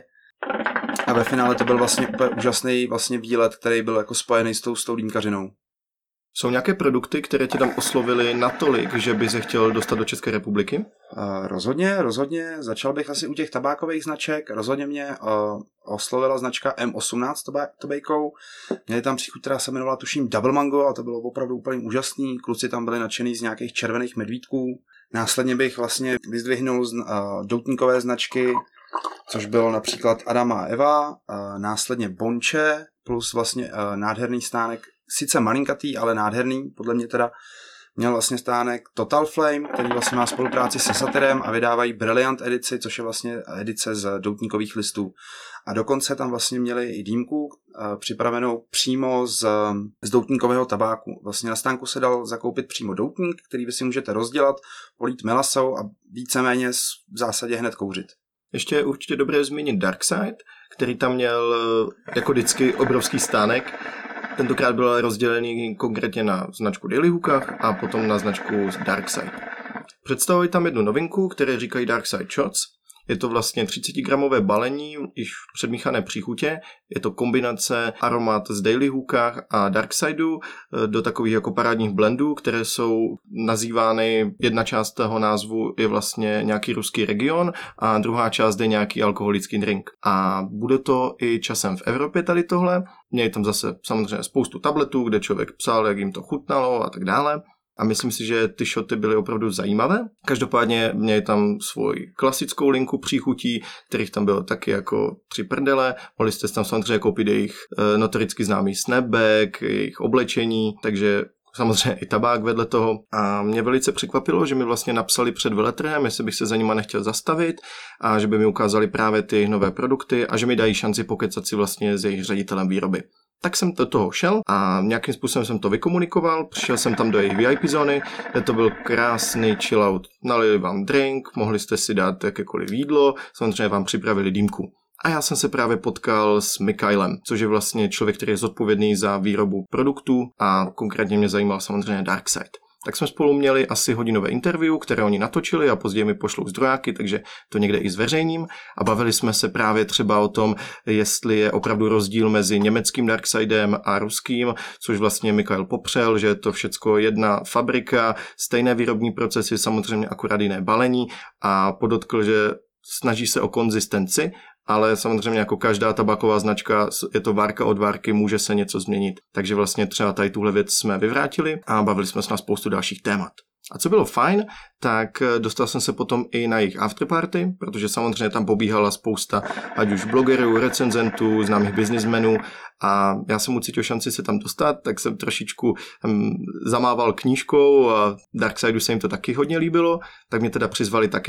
A ve finále to byl vlastně úplně úžasný vlastně výlet, který byl jako spojený s tou, s tou dýmkařinou. Jsou nějaké produkty, které ti tam oslovily natolik, že by se chtěl dostat do České republiky? Uh, rozhodně, rozhodně. Začal bych asi u těch tabákových značek. Rozhodně mě uh, oslovila značka M osmnáct Tobacco. Měli tam příchuť, která se jmenovala tuším Double Mango a to bylo opravdu úplně úžasný. Kluci tam byli nadšený z nějakých červených medvídků. Následně bych vlastně vyzdvihnul z, uh, doutníkové značky, což bylo například Adam a Eva, uh, následně Bonče, plus vlastně uh, nádherný stánek, sice malinkatý, ale nádherný, podle mě teda měl vlastně stánek Total Flame, který vlastně má spolupráci se Satyrem a vydávají Brilliant edici, což je vlastně edice z doutníkových listů. A dokonce tam vlastně měli i dýmku uh, připravenou přímo z, z doutníkového tabáku. Vlastně na stánku se dal zakoupit přímo doutník, který vy si můžete rozdělat, polít melasou a víceméně v zásadě hned kouřit. Ještě je určitě dobré zmínit Darkside, který tam měl jako vždycky obrovský stánek. Tentokrát byl rozdělený konkrétně na značku Daily Hookah a potom na značku Darkside. Představují tam jednu novinku, které říkají Darkside Shots. Je to vlastně třicetigramové balení, již v předmíchané příchutě. Je to kombinace aromat z Daily Hookah a Darksideu do takových jako parádních blendů, které jsou nazývány, jedna část toho názvu je vlastně nějaký ruský region a druhá část je nějaký alkoholický drink. A bude to i časem v Evropě tady tohle. Měli tam zase samozřejmě spoustu tabletů, kde člověk psal, jak jim to chutnalo a tak dále. A myslím si, že ty shoty byly opravdu zajímavé. Každopádně měli tam svoji klasickou linku příchutí, kterých tam bylo taky jako tři prdele. Mohli jste tam samozřejmě koupit jejich e, notoricky známý snapback, jejich oblečení, takže samozřejmě i tabák vedle toho. A mě velice překvapilo, že mi vlastně napsali před veletrhem, jestli bych se za nima nechtěl zastavit a že by mi ukázali právě ty nové produkty a že mi dají šanci pokecat si vlastně s jejich ředitelem výroby. Tak jsem do toho šel a nějakým způsobem jsem to vykomunikoval, přišel jsem tam do jejich V I P zóny, kde to byl krásný chillout. Nalili vám drink, mohli jste si dát jakékoliv jídlo, samozřejmě vám připravili dýmku. A já jsem se právě potkal s Mikhailem, což je vlastně člověk, který je zodpovědný za výrobu produktů a konkrétně mě zajímal samozřejmě Darkside. Tak jsme spolu měli asi hodinové interview, které oni natočili a později mi pošlou zdrojáky, takže to někde i zveřejním. A bavili jsme se právě třeba o tom, jestli je opravdu rozdíl mezi německým Darksidem a ruským, což vlastně Mikhail popřel, že je to všecko jedna fabrika, stejné výrobní procesy, samozřejmě akorát jiné balení a podotkl, že snaží se o konzistenci, ale samozřejmě jako každá tabáková značka, je to várka od várky, může se něco změnit. Takže vlastně třeba tady tuhle věc jsme vyvrátili a bavili jsme se na spoustu dalších témat. A co bylo fajn, tak dostal jsem se potom i na jejich afterparty, protože samozřejmě tam pobíhala spousta ať už blogerů, recenzentů, známých biznismenů a já jsem ucítil šanci se tam dostat, tak jsem trošičku um, zamával knížkou a Darksideu se jim to taky hodně líbilo, tak mě teda přizvali taky.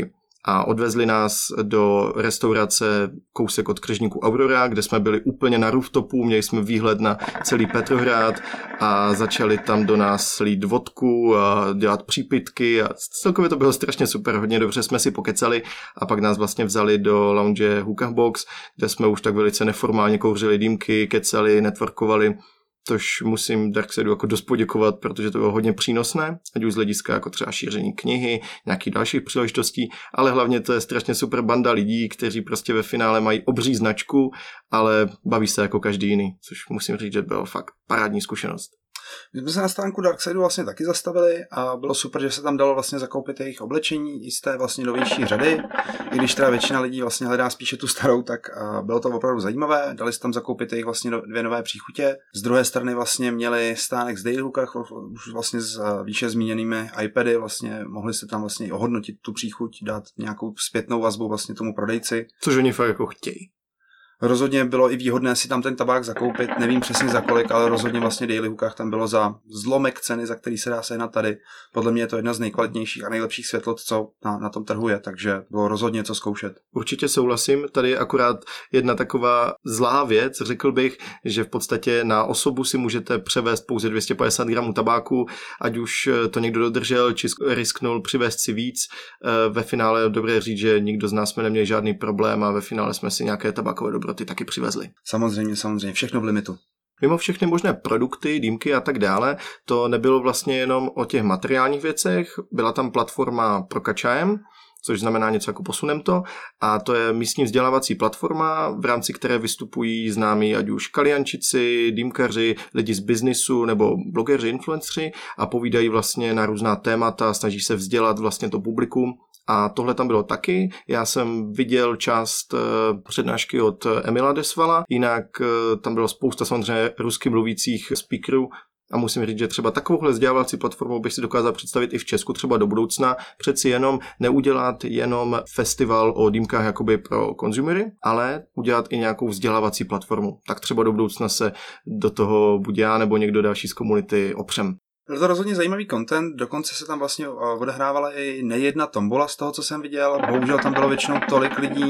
a odvezli nás do restaurace kousek od křižníku Aurora, kde jsme byli úplně na rooftopu, měli jsme výhled na celý Petrohrad a začali tam do nás lít vodku a dělat přípitky a celkově to bylo strašně super, hodně dobře jsme si pokecali a pak nás vlastně vzali do lounge Hookah Box, kde jsme už tak velice neformálně kouřili dýmky, kecali, networkovali, tož musím Darksidu jako dost poděkovat, protože to bylo hodně přínosné, ať už z hlediska jako třeba šíření knihy, nějakých dalších příležitostí, ale hlavně to je strašně super banda lidí, kteří prostě ve finále mají obří značku, ale baví se jako každý jiný, což musím říct, že bylo fakt parádní zkušenost. My jsme se na stánku Darksidu vlastně taky zastavili a bylo super, že se tam dalo vlastně zakoupit jejich oblečení i z té vlastně novější řady. I když teda většina lidí vlastně hledá spíše tu starou, tak bylo to opravdu zajímavé. Dali se tam zakoupit jejich vlastně dvě nové příchutě. Z druhé strany vlastně měli stánek z Daily Hookah, už vlastně s výše zmíněnými iPady, vlastně mohli se tam vlastně ohodnotit tu příchuť, dát nějakou zpětnou vazbu vlastně tomu prodejci. Což oni fakt jako chtějí. Rozhodně bylo i výhodné si tam ten tabák zakoupit, nevím přesně za kolik, ale rozhodně vlastně Daily Hookah tam bylo za zlomek ceny, za který se dá sehnat tady. Podle mě je to jedna z nejkvalitnějších a nejlepších světlot, co na, na tom trhu je, takže bylo rozhodně co zkoušet. Určitě souhlasím, tady je akorát jedna taková zlá věc, řekl bych, že v podstatě na osobu si můžete převést pouze dvě stě padesát gramů tabáku, ať už to někdo dodržel, či risknul přivést si víc. Ve finále je dobré říct, že nikdo z nás jsme neměli žádný problém a ve finále jsme si nějaké tabákové dobroty taky přivezli. Samozřejmě, samozřejmě, všechno v limitu. Mimo všechny možné produkty, dýmky a tak dále, to nebylo vlastně jenom o těch materiálních věcech, byla tam platforma pro Kačajem, což znamená něco jako Posunem to, a to je místní vzdělávací platforma, v rámci které vystupují známí ať už kaliančici, dýmkaři, lidi z biznisu nebo blogeři, influenceri a povídají vlastně na různá témata, snaží se vzdělat vlastně to publikum. A tohle tam bylo taky. Já jsem viděl část přednášky od Emila Desvala, jinak tam bylo spousta samozřejmě rusky mluvících speakerů a musím říct, že třeba takovouhle vzdělávací platformu bych si dokázal představit i v Česku třeba do budoucna. Přeci jenom neudělat jenom festival o dýmkách jakoby pro konzumery, ale udělat i nějakou vzdělávací platformu. Tak třeba do budoucna se do toho buď já nebo někdo další z komunity opřem. Byl to rozhodně zajímavý content, dokonce se tam vlastně odehrávala i nejedna tombola z toho, co jsem viděl. Bohužel tam bylo většinou tolik lidí,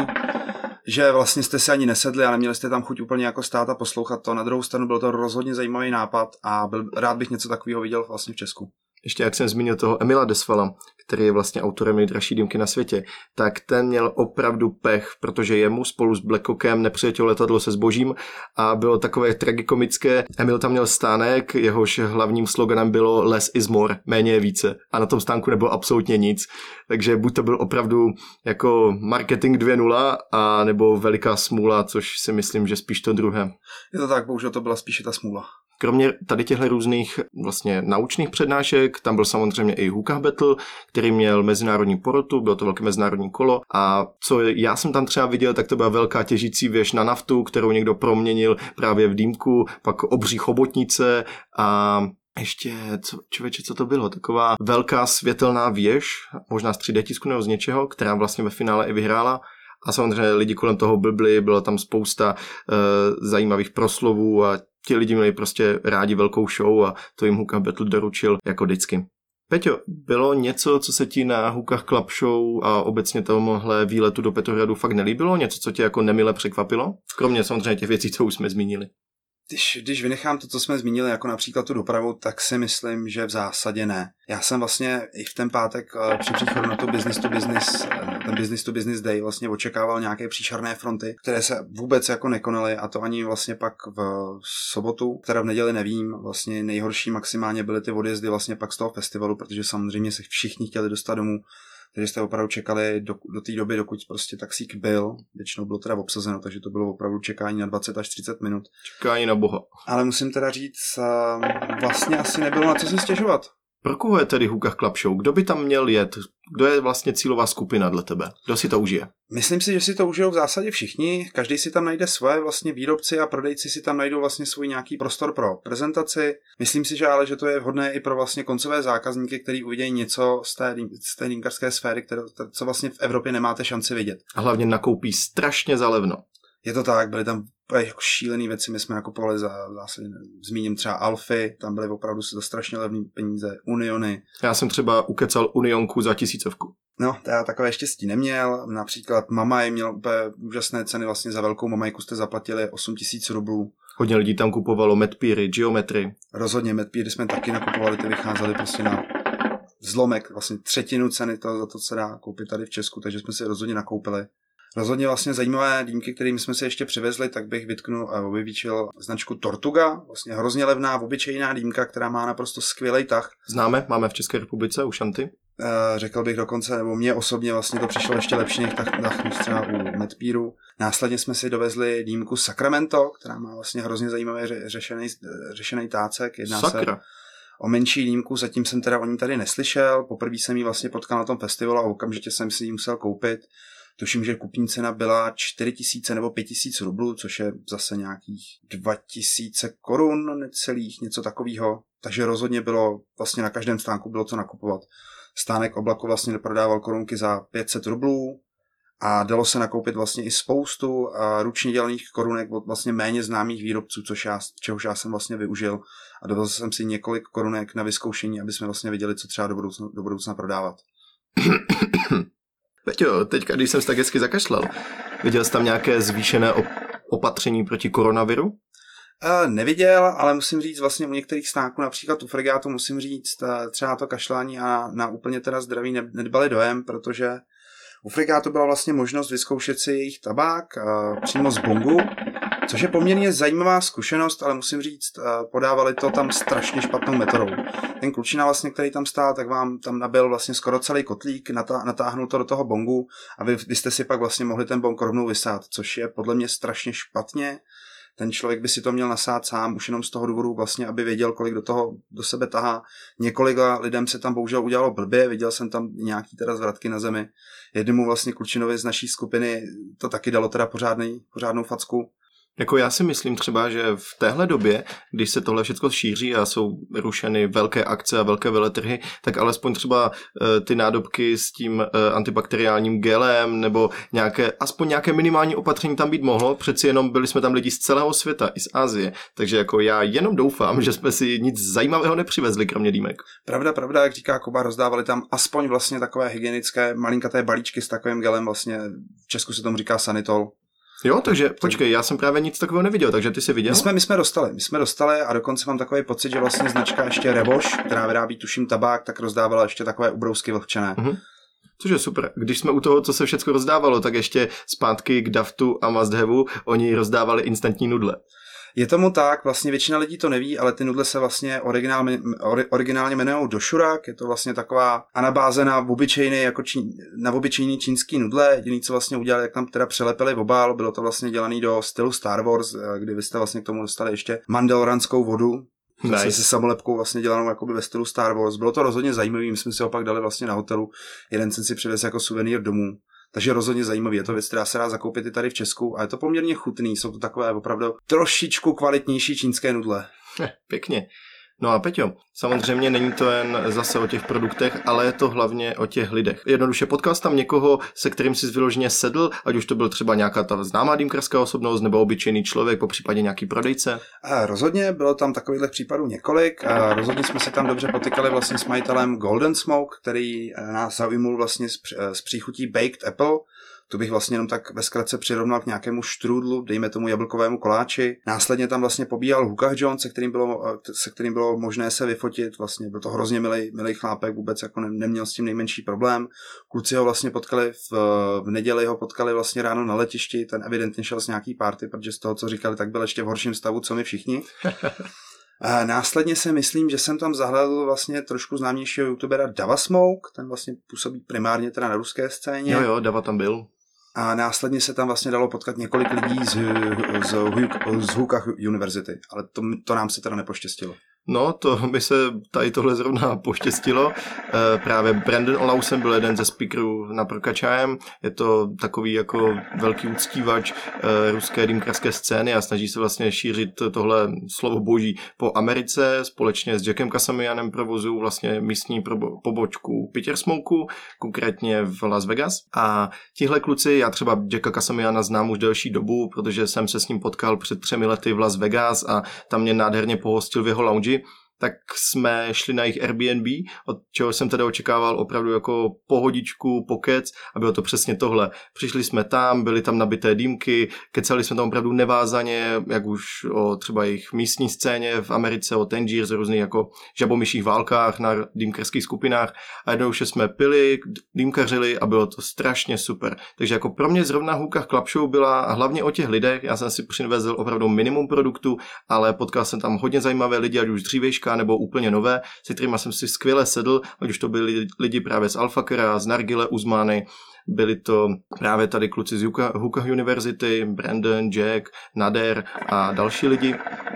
že vlastně jste si ani nesedli a neměli jste tam chuť úplně jako stát a poslouchat to. Na druhou stranu byl to rozhodně zajímavý nápad a byl, rád bych něco takového viděl vlastně v Česku. Ještě jak jsem zmínil toho Emila Desvala, který je vlastně autorem nejdražší dýmky na světě, tak ten měl opravdu pech, protože jemu spolu s Blackhawkem nepřiletělo letadlo se zbožím a bylo takové tragikomické. Emil tam měl stánek, jehož hlavním sloganem bylo Less is more, méně je více. A na tom stánku nebylo absolutně nic. Takže buď to byl opravdu jako marketing dvě nula, a nebo veliká smůla, což si myslím, že spíš to druhé. Je to tak, bohužel to byla spíše ta smůla. Kromě tady těchto různých vlastně naučných přednášek, tam byl samozřejmě i Hookah Battle, který měl mezinárodní porotu, bylo to velké mezinárodní kolo a co já jsem tam třeba viděl, tak to byla velká těžící věž na naftu, kterou někdo proměnil právě v dýmku, pak obří chobotnice a ještě, co, člověče, co to bylo? Taková velká světelná věž, možná z tři dé tisku nebo z něčeho, která vlastně ve finále i vyhrála. A samozřejmě lidi kolem toho blbli, bylo tam spousta uh, zajímavých proslovů a ti lidi měli prostě rádi velkou show a to jim Hookah Battle doručil jako vždycky. Peťo, bylo něco, co se ti na Hookah Club Show a obecně tomuhle výletu do Petrohradu fakt nelíbilo? Něco, co tě jako nemile překvapilo? Kromě samozřejmě těch věcí, co už jsme zmínili. Když, když vynechám to, co jsme zmínili, jako například tu dopravu, tak si myslím, že v zásadě ne. Já jsem vlastně i v ten pátek při příchodu na tu business to business, ten business to business day vlastně očekával nějaké příšerné fronty, které se vůbec jako nekonaly a to ani vlastně pak v sobotu, teda v neděli nevím, vlastně nejhorší maximálně byly ty odjezdy vlastně pak z toho festivalu, protože samozřejmě se všichni chtěli dostat domů. Takže jste opravdu čekali do, do té doby, dokud prostě taxík byl. Většinou bylo teda obsazeno, takže to bylo opravdu čekání na dvacet až třicet minut. Čekání na boha. Ale musím teda říct, vlastně asi nebylo na co si stěžovat. Pro koho je tedy Hookah Club Show? Kdo by tam měl jet? Kdo je vlastně cílová skupina dle tebe? Kdo si to užije? Myslím si, že si to užijou v zásadě všichni. Každý si tam najde svoje, vlastně výrobci a prodejci si tam najdou vlastně svůj nějaký prostor pro prezentaci. Myslím si, že ale že to je vhodné i pro vlastně koncové zákazníky, kteří uvidějí něco z té, z té dýmkařské sféry, které, co vlastně v Evropě nemáte šanci vidět. A hlavně nakoupí strašně za levno. Je to tak, byly tam jako šílený věci, my jsme nakupovali za, zase zmíním třeba Alfy, tam byly opravdu za strašně levný peníze, Uniony. Já jsem třeba ukecal Unionku za tisícovku. No, to já takové štěstí neměl. Například Mamaj měl úplně úžasné ceny, vlastně za velkou Mamajku jste zaplatili osm tisíc rublů. Hodně lidí tam kupovalo Medpíry, Geometry. Rozhodně Medpíry jsme taky nakupovali, ty vycházely prostě na zlomek, vlastně třetinu ceny toho, za to se dá koupit tady v Česku, takže jsme si rozhodně nakoupili. Rozhodně vlastně zajímavé dýmky, kterými jsme si ještě přivezli, tak bych vytknul a vyvíčil značku Tortuga, vlastně hrozně levná, obyčejná dýmka, která má naprosto skvělý tah. Známe, máme v České republice u Šanty. E, řekl bych dokonce, nebo mně osobně vlastně to přišlo ještě lepší než, tak, než třeba u Medpíru. Následně jsme si dovezli dýmku Sacramento, která má vlastně hrozně zajímavý ře, řešený, řešený tácek. Jedná Sakra. se o menší dýmku, zatím jsem teda o ní tady neslyšel, poprvé jsem ji vlastně potkal na tom festivalu a okamžitě jsem si ji musel koupit. Tuším, že kupní cena byla čtyři tisíce nebo pět tisíc rublů, což je zase nějakých dva tisíce korun necelých, něco takového. Takže rozhodně bylo, vlastně na každém stánku bylo co nakupovat. Stánek Oblaku vlastně prodával korunky za pět set rublů a dalo se nakoupit vlastně i spoustu ručně dělaných korunek od vlastně méně známých výrobců, což já, čehož já jsem vlastně využil a dovezl jsem si několik korunek na vyzkoušení, aby jsme vlastně viděli, co třeba do budoucna, do budoucna prodávat. Peťo, teďka, když jsem se tak hezky zakašlal, viděl jsi tam nějaké zvýšené opatření proti koronaviru? Uh, neviděl, ale musím říct vlastně u některých stánků, například u Fregátu musím říct, třeba to kašlání a na úplně teda zdraví nedbali dojem, protože u Fregátu byla vlastně možnost vyzkoušet si jejich tabák uh, přímo z bongu, což je poměrně zajímavá zkušenost, ale musím říct, uh, podávali to tam strašně špatnou metodou. Ten klučina vlastně, který tam stál, tak vám tam nabil vlastně skoro celý kotlík, natá- natáhnul to do toho bongu a vy, vy jste si pak vlastně mohli ten bong rovnou vysát, což je podle mě strašně špatně. Ten člověk by si to měl nasát sám, už jenom z toho důvodu vlastně, aby věděl, kolik do toho do sebe tahá. Několika lidem se tam bohužel udělalo blbě, viděl jsem tam nějaký teda zvratky na zemi. Jednomu vlastně klučinovi z naší skupiny to taky dalo teda pořádnej, pořádnou facku. Jako já si myslím třeba, že v téhle době, když se tohle všechno šíří a jsou rušeny velké akce a velké veletrhy, tak alespoň třeba e, ty nádobky s tím e, antibakteriálním gelem nebo nějaké, aspoň nějaké minimální opatření tam být mohlo. Přeci jenom byli jsme tam lidi z celého světa, i z Asie. Takže jako já jenom doufám, že jsme si nic zajímavého nepřivezli, kromě dýmek. Pravda, pravda, jak říká Kuba, rozdávali tam aspoň vlastně takové hygienické malinkaté balíčky s takovým gelem, vlastně v Česku se tomu říká Sanitol. Jo, takže počkej, já jsem právě nic takového neviděl, takže ty jsi viděl? My jsme, my jsme dostali, my jsme dostali a dokonce mám takový pocit, že vlastně značka ještě Revoš, která vyrábí tuším tabák, tak rozdávala ještě takové ubrousky vlhčené. Mhm. Což je super. Když jsme u toho, co se všechno rozdávalo, tak ještě zpátky k Daftu a Must Haveu, oni rozdávali instantní nudle. Je tomu tak, vlastně většina lidí to neví, ale ty nudle se vlastně originálně, originálně jmenují došurak, je to vlastně taková anabáze na obyčejný, jako čín, na obyčejný čínský nudle, jediný, co vlastně udělali, jak tam teda přelepili obal, bylo to vlastně dělaný do stylu Star Wars, kdy vy jste vlastně k tomu dostali ještě mandaloranskou vodu, vlastně nice. Se samolepkou vlastně dělanou jakoby ve stylu Star Wars, bylo to rozhodně zajímavý, my jsme si ho pak dali vlastně na hotelu, jeden jsem si přivez jako suvenýr domů. Takže rozhodně zajímavý, je to věc, která se dá zakoupit i tady v Česku a je to poměrně chutný, jsou to takové opravdu trošičku kvalitnější čínské nudle. Pěkně. No a Peťo, samozřejmě není to jen zase o těch produktech, ale je to hlavně o těch lidech. Jednoduše potkal jsi tam někoho, se kterým jsi vyloženě sedl, ať už to byl třeba nějaká ta známá dýmkarská osobnost nebo obyčejný člověk, popřípadě nějaký prodejce? A rozhodně, bylo tam takových případů několik. A rozhodně jsme se tam dobře potykali vlastně s majitelem Golden Smoke, který nás zaujmul vlastně s příchutí Baked Apple. Tu bych vlastně jenom tak ve zkratce přirovnal k nějakému štrůdlu, dejme tomu jablkovému koláči. Následně tam vlastně pobíhal Hukah John, se kterým bylo, se kterým bylo možné se vyfotit. Vlastně byl to hrozně milý, milý chlápek, vůbec jako ne, neměl s tím nejmenší problém. Kluci ho vlastně potkali v, v neděli, ho potkali vlastně ráno na letišti, ten evidentně šel z nějaký party, protože z toho, co říkali, tak byl ještě v horším stavu, co my všichni. A následně si myslím, že jsem tam zahledl vlastně trošku známějšího youtubera Dava Smoke, ten vlastně působí primárně teda na ruské scéně. Jo, jo, Dava tam byl. A následně se tam vlastně dalo potkat několik lidí z, z, z Hukah University, ale to, to nám se teda nepoštěstilo. No, to by se tady tohle zrovna poštěstilo. E, právě Brandon Olausen byl jeden ze speakerů na Prokачаем. Je to takový jako velký uctívač e, ruské dýmkarské scény a snaží se vlastně šířit tohle slovo boží po Americe. Společně s Jackem Kasamianem provozují vlastně místní pobočku Pitcher Smoke, konkrétně v Las Vegas. A tihle kluci, já třeba Jacka Kasamiana znám už delší dobu, protože jsem se s ním potkal před třemi lety v Las Vegas a tam mě nádherně pohostil v jeho lounge. tak jsme šli na jejich Airbnb, od čeho jsem teda očekával opravdu jako pohodičku, pokec a bylo to přesně tohle. Přišli jsme tam, byly tam nabité dýmky, kecali jsme tam opravdu nevázaně, jak už o třeba jejich místní scéně v Americe, o Tangiers, různých jako žabomyších válkách na dýmkarských skupinách a jednou už jsme pili, dýmkařili a bylo to strašně super. Takže jako pro mě zrovna Hookah Club Show byla hlavně o těch lidech, já jsem si přivezl opravdu minimum produktu, ale potkal jsem tam hodně zajímavé lidi, ať už dřívejška nebo úplně nové, se kterými jsem si skvěle sedl, ať už to byli lidi právě z Alfakera, z Nargile Uzmany, byli to právě tady kluci z Hookah University, Brandon, Jack, Nader a další lidi.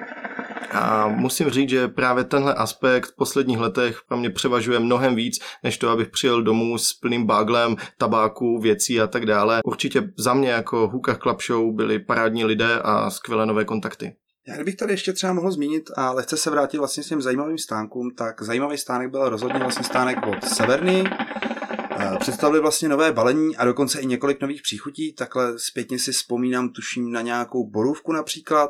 A musím říct, že právě tenhle aspekt v posledních letech pro mě převažuje mnohem víc, než to, abych přijel domů s plným báglem tabáku, věcí a tak dále. Určitě za mě jako Hookah Club Show byli parádní lidé a skvělé nové kontakty. Já kdybych tady ještě třeba mohl zmínit a lehce se vrátit vlastně s těm zajímavým stánkům, tak zajímavý stánek byl rozhodně vlastně stánek od Severny. Představili vlastně nové balení a dokonce i několik nových příchutí, takhle zpětně si vzpomínám, tuším na nějakou borůvku například.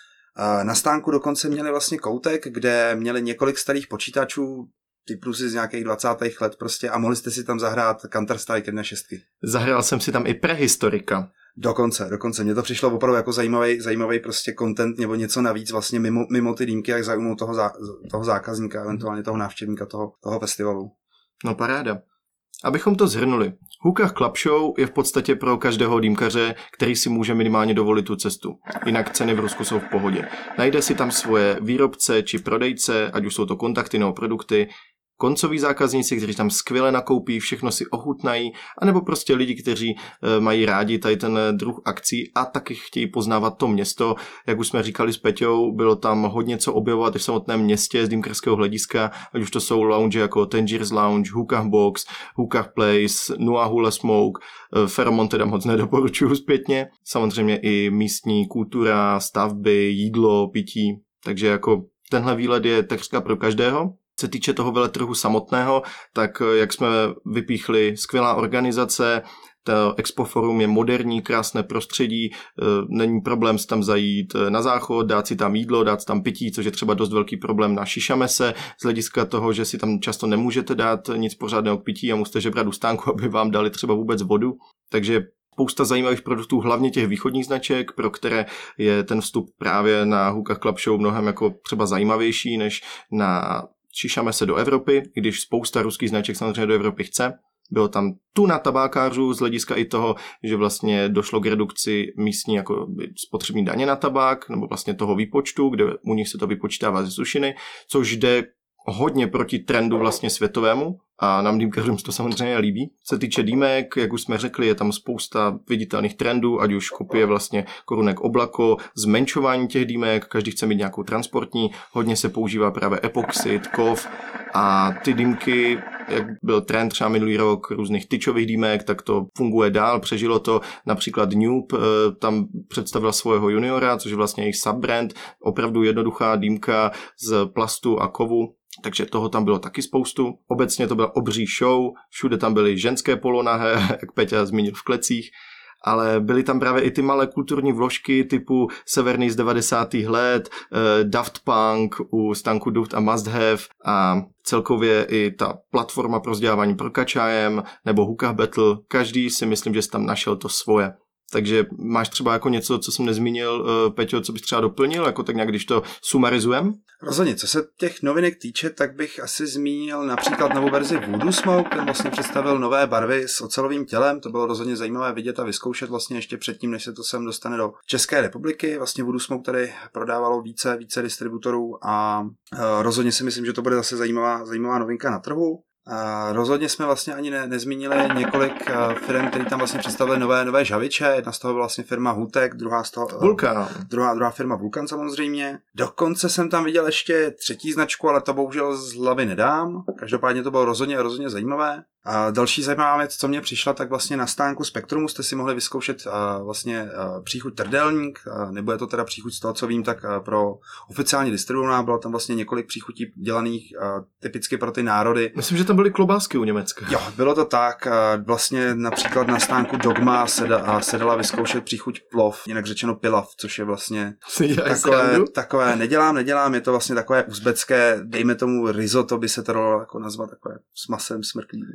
Na stánku dokonce měli vlastně koutek, kde měli několik starých počítačů, typu si z nějakých dvacátých let prostě a mohli jste si tam zahrát Counter-Strike jedna šest. Zahrál jsem si tam i prehistorika. Dokonce, dokonce. Mně to přišlo opravdu jako zajímavý, zajímavý prostě content nebo něco navíc vlastně mimo, mimo ty dýmky, jak zaujmou toho, zá, toho zákazníka, eventuálně toho návštěvníka toho, toho festivalu. No paráda. Abychom to shrnuli, Hookah Club Show je v podstatě pro každého dýmkaře, který si může minimálně dovolit tu cestu. Jinak ceny v Rusku jsou v pohodě. Najde si tam svoje výrobce či prodejce, ať už jsou to kontakty nebo produkty, koncoví zákazníci, kteří tam skvěle nakoupí, všechno si ochutnají, anebo prostě lidi, kteří e, mají rádi tady ten druh akcí a taky chtějí poznávat to město. Jak už jsme říkali s Peťou, bylo tam hodně co objevovat i v samotném městě z dýmkarského hlediska, ať už to jsou lounge jako Tangiers Lounge, Hookah Box, Hookah Place, Nuahula Smoke, e, Pheromone teda moc nedoporučuju zpětně. Samozřejmě i místní kultura, stavby, jídlo, pití, takže jako tenhle výlet je takřka pro každého. Se týče toho veletrhu samotného, tak jak jsme vypíchli, skvělá organizace, to Expo Forum je moderní, krásné prostředí, není problém si tam zajít na záchod, dát si tam jídlo, dát si tam pití, což je třeba dost velký problém na šišamese, z hlediska toho, že si tam často nemůžete dát nic pořádného k pití a musíte žebrat u stánku, aby vám dali třeba vůbec vodu. Takže spousta zajímavých produktů, hlavně těch východních značek, pro které je ten vstup právě na Hookah Club Show mnohem jako třeba zajímavější než na šišame se do Evropy, když spousta ruských značek samozřejmě do Evropy chce. Bylo tam tuna tabákářů z hlediska i toho, že vlastně došlo k redukci místní jako spotřební daně na tabák, nebo vlastně toho výpočtu, kde u nich se to vypočítává ze sušiny, což jde hodně proti trendu vlastně světovému a nám dýmkařům se to samozřejmě líbí. Co se týče dýmek, jak už jsme řekli, je tam spousta viditelných trendů, ať už kopie vlastně korunek oblako, zmenšování těch dýmek, každý chce mít nějakou transportní, hodně se používá právě epoxid, kov a ty dýmky, jak byl trend třeba minulý rok různých tyčových dýmek, tak to funguje dál, přežilo to například Noob, tam představila svého juniora, což je vlastně jejich subbrand, opravdu jednoduchá dýmka z plastu a kovu. Takže toho tam bylo taky spoustu. Obecně to byla obří show, všude tam byly ženské polonahé, jak Peťa zmínil v klecích, ale byly tam právě i ty malé kulturní vložky typu Severny z devadesátých let, Daft Punk u stánku Duft a Must Have a celkově i ta platforma pro vzdělávání pro kačájem nebo Hookah Battle. Každý si myslím, že jsi tam našel to svoje. Takže máš třeba jako něco, co jsem nezmínil, Peťo, co bys třeba doplnil, jako tak nějak, když to sumarizujem? Rozhodně, co se těch novinek týče, tak bych asi zmínil například novou verzi Voodoo Smoke, ten vlastně představil nové barvy s ocelovým tělem, to bylo rozhodně zajímavé vidět a vyzkoušet vlastně ještě předtím, než se to sem dostane do České republiky. Vlastně Voodoo Smoke tady prodávalo více, více distributorů a rozhodně si myslím, že to bude zase zajímavá, zajímavá novinka na trhu. Uh, rozhodně jsme vlastně ani ne, nezmínili několik uh, firm, které tam vlastně představili nové, nové žaviče. Jedna z toho byla vlastně firma Hutek, druhá z toho, uh, Vulkan. Druhá, druhá firma Vulkan samozřejmě. Dokonce jsem tam viděl ještě třetí značku, ale to bohužel z hlavy nedám. Každopádně to bylo rozhodně, rozhodně zajímavé. A další zajímavá věc, co mě přišla, tak vlastně na stánku Spektrumu jste si mohli vyzkoušet uh, vlastně uh, příchuť Trdelník, uh, nebo je to teda příchuť z toho, co vím, tak uh, pro oficiální distribuovaná, bylo tam vlastně několik příchutí dělaných uh, typicky pro ty národy. Myslím, že tam byly klobásky u Německa. Jo, bylo to tak, uh, vlastně například na stánku Dogma se, da, uh, se dala vyzkoušet příchuť plov, jinak řečeno pilav, což je vlastně takové, takové, nedělám, nedělám, je to vlastně takové uzbecké, dejme tomu risotto, by se to dalo jako nazvat, takové s masem smrklým.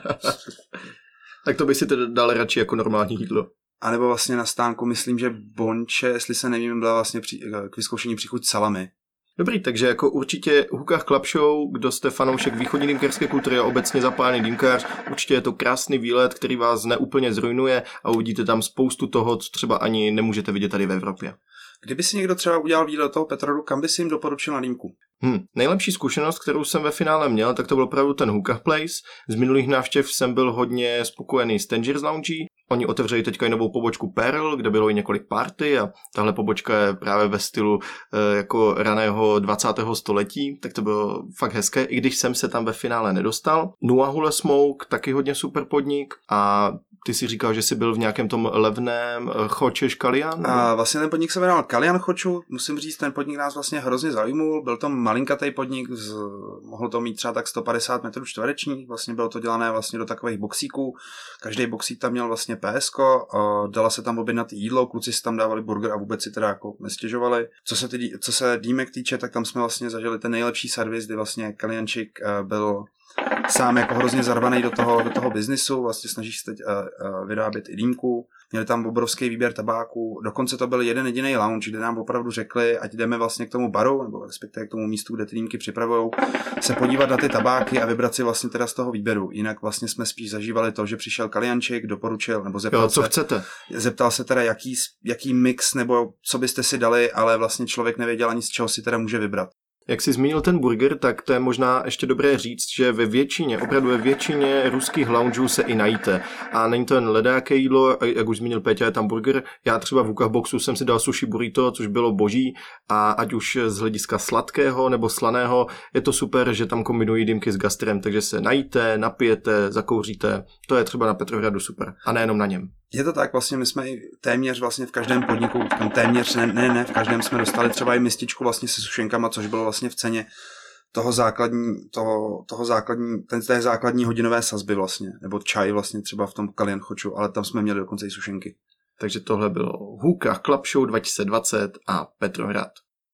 Tak to by si tedy dal radši jako normální jídlo. A nebo vlastně na stánku, myslím, že bonče, jestli se nevím, byla vlastně při, k vyzkoušení příchuť salami. Dobrý, takže jako určitě Hukach Club Show, kdo jste fanoušek východní dýmkařské kultury a obecně zapálený dýmkař, určitě je to krásný výlet, který vás neúplně zrujnuje a uvidíte tam spoustu toho, co třeba ani nemůžete vidět tady v Evropě. Kdyby si někdo třeba udělal výlet do toho Petrohradu, kam by si jim doporučil na dýmku? Hmm. Nejlepší zkušenost, kterou jsem ve finále měl, tak to byl opravdu ten Hukach Place. Z minulých návštěv jsem byl hodně spokojený s Tangiers Lounge. Oni otevřeli teďka i novou pobočku Pearl, kde bylo i několik party a tahle pobočka je právě ve stylu e, jako raného dvacátého století, tak to bylo fakt hezké, i když jsem se tam ve finále nedostal. Nuahule Smoke, taky hodně super podnik a ty si říkal, že jsi byl v nějakém tom levném Chočeš Kalian? A vlastně ten podnik se jmenoval Kalian Choču, musím říct, ten podnik nás vlastně hrozně zaujmul, byl to malinkatý podnik, z, mohl to mít třeba tak sto padesát metrů čtverečních, vlastně bylo to dělané vlastně do takových boxíků, každý boxík tam měl vlastně P S ko, dala se tam objednat jídlo, kluci si tam dávali burger a vůbec si teda jako nestěžovali. Co se, ty, co se dýmek týče, tak tam jsme vlastně zažili ten nejlepší servis, kdy vlastně Kaliančík byl sám jako hrozně zarvaný do toho, do toho biznisu, vlastně snažíš se teď uh, uh, vyrábět i dýmku. Měli tam obrovský výběr tabáku, dokonce to byl jeden jediný lounge, kde nám opravdu řekli, ať jdeme vlastně k tomu baru, nebo respektive k tomu místu, kde ty dýmky připravujou, se podívat na ty tabáky a vybrat si vlastně teda z toho výběru. Jinak vlastně jsme spíš zažívali to, že přišel Kaliančík, doporučil, nebo zeptal jo, co se, chcete? Zeptal se teda, jaký, jaký mix, nebo co byste si dali, ale vlastně člověk nevěděl ani z čeho si teda může vybrat. Jak jsi zmínil ten burger, tak to je možná ještě dobré říct, že ve většině, opravdu ve většině ruských loungeů se i najíte. A není to jen ledáké jídlo, jak už zmínil Péťa, je tam burger. Já třeba v Hukach Boxu jsem si dal sushi burrito, což bylo boží, a ať už z hlediska sladkého nebo slaného, je to super, že tam kombinují dýmky s gastrem, takže se najíte, napijete, zakouříte. To je třeba na Petrohradu super. A nejenom na něm. Je to tak, vlastně my jsme i téměř vlastně v každém podniku, tam téměř ne, ne, ne, v každém jsme dostali třeba i mističku vlastně se sušenkama, což bylo vlastně v ceně toho základní, toho, toho základní, ten, té základní hodinové sazby vlastně, nebo čaj vlastně třeba v tom Kalian Choču, ale tam jsme měli dokonce i sušenky. Takže tohle bylo Hukach Club Show dva tisíce dvacet a Petrohrad.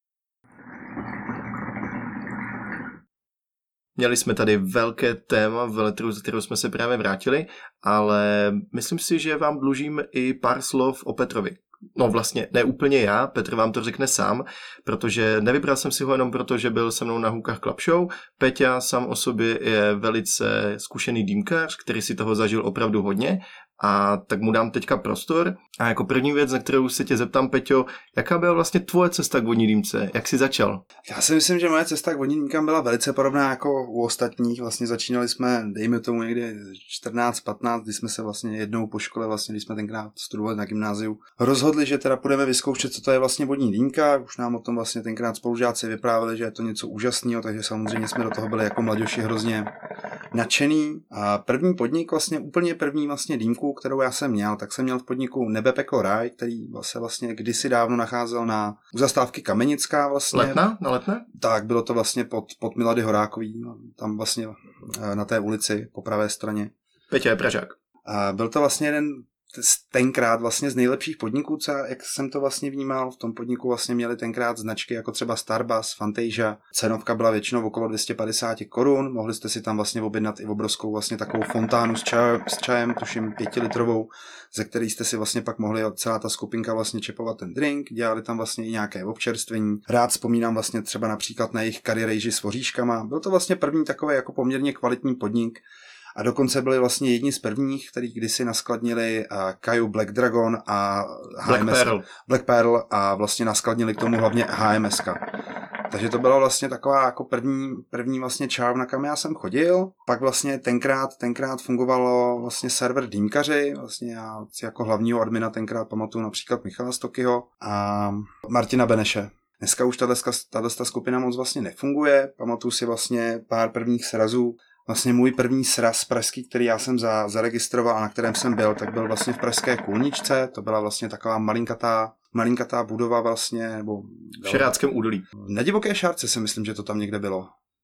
Měli jsme tady velké téma veletru, ze kterého jsme se právě vrátili, ale myslím si, že vám dlužím i pár slov o Petrovi. No vlastně ne úplně já, Petr vám to řekne sám, protože nevybral jsem si ho jenom proto, že byl se mnou na Hukach Club Show. Peťa sám o sobě je velice zkušený dýmkař, který si toho zažil opravdu hodně, a tak mu dám teďka prostor. A jako první věc, na kterou se tě zeptám, Peťo, jaká byla vlastně tvoje cesta k vodní dýmce? Jak jsi začal? Já si myslím, že moje cesta k vodní dýmkám byla velice podobná jako u ostatních. Vlastně začínali jsme, dejme tomu někdy čtrnáct patnáct, kdy jsme se vlastně jednou po škole, vlastně, když jsme tenkrát studovali na gymnáziu, rozhodli, že teda půjdeme vyzkoušet, co to je vlastně vodní dýmka. Už nám o tom vlastně tenkrát spolužáci vyprávěli, že je to něco úžasného, takže samozřejmě jsme do toho byli jako mladěši hrozně nadšený. A první podnik, vlastně úplně první vlastně dýmku, kterou já jsem měl, tak jsem měl v podniku Nebe, peklo, ráj, který se vlastně kdysi dávno nacházel na u zastávky Kamenická vlastně. Letná? Na Letné? Tak, bylo to vlastně pod, pod Milady Horákový, tam vlastně na té ulici po pravé straně. Peťa je Pražák. A byl to vlastně jeden tenkrát vlastně z nejlepších podniků, co, jak jsem to vlastně vnímal, v tom podniku vlastně měli tenkrát značky jako třeba Starbucks, Fantasia, cenovka byla většinou okolo dvě stě padesát korun, mohli jste si tam vlastně objednat i obrovskou vlastně takovou fontánu s čajem, s čajem tuším pětilitrovou, ze který jste si vlastně pak mohli celá ta skupinka vlastně čepovat ten drink, dělali tam vlastně i nějaké občerstvení. Rád vzpomínám vlastně třeba například na jejich curry rejži s voříškama. Byl to vlastně první takový jako poměrně kvalitní podnik. A dokonce byli vlastně jedni z prvních, kteří kdysi naskladnili uh, Kaju Black Dragon a Black Pearl. Black Pearl a vlastně naskladnili k tomu hlavně H M S ka. Takže to byla vlastně taková jako první, první vlastně čárna, kam já jsem chodil. Pak vlastně tenkrát, tenkrát fungovalo vlastně server Dýmkaři, vlastně já jako hlavního admina tenkrát pamatuju například Michala Stokyho a Martina Beneše. Dneska už tato, tato skupina moc vlastně nefunguje, pamatuju si vlastně pár prvních srazů. Vlastně můj první sraz pražský, který já jsem za, zaregistroval a na kterém jsem byl, tak byl vlastně v pražské Kůlničce, to byla vlastně taková malinkatá, malinkatá budova vlastně, nebo... V Šeráckém údolí. Na Divoké Šárce si myslím, že to tam někde bylo.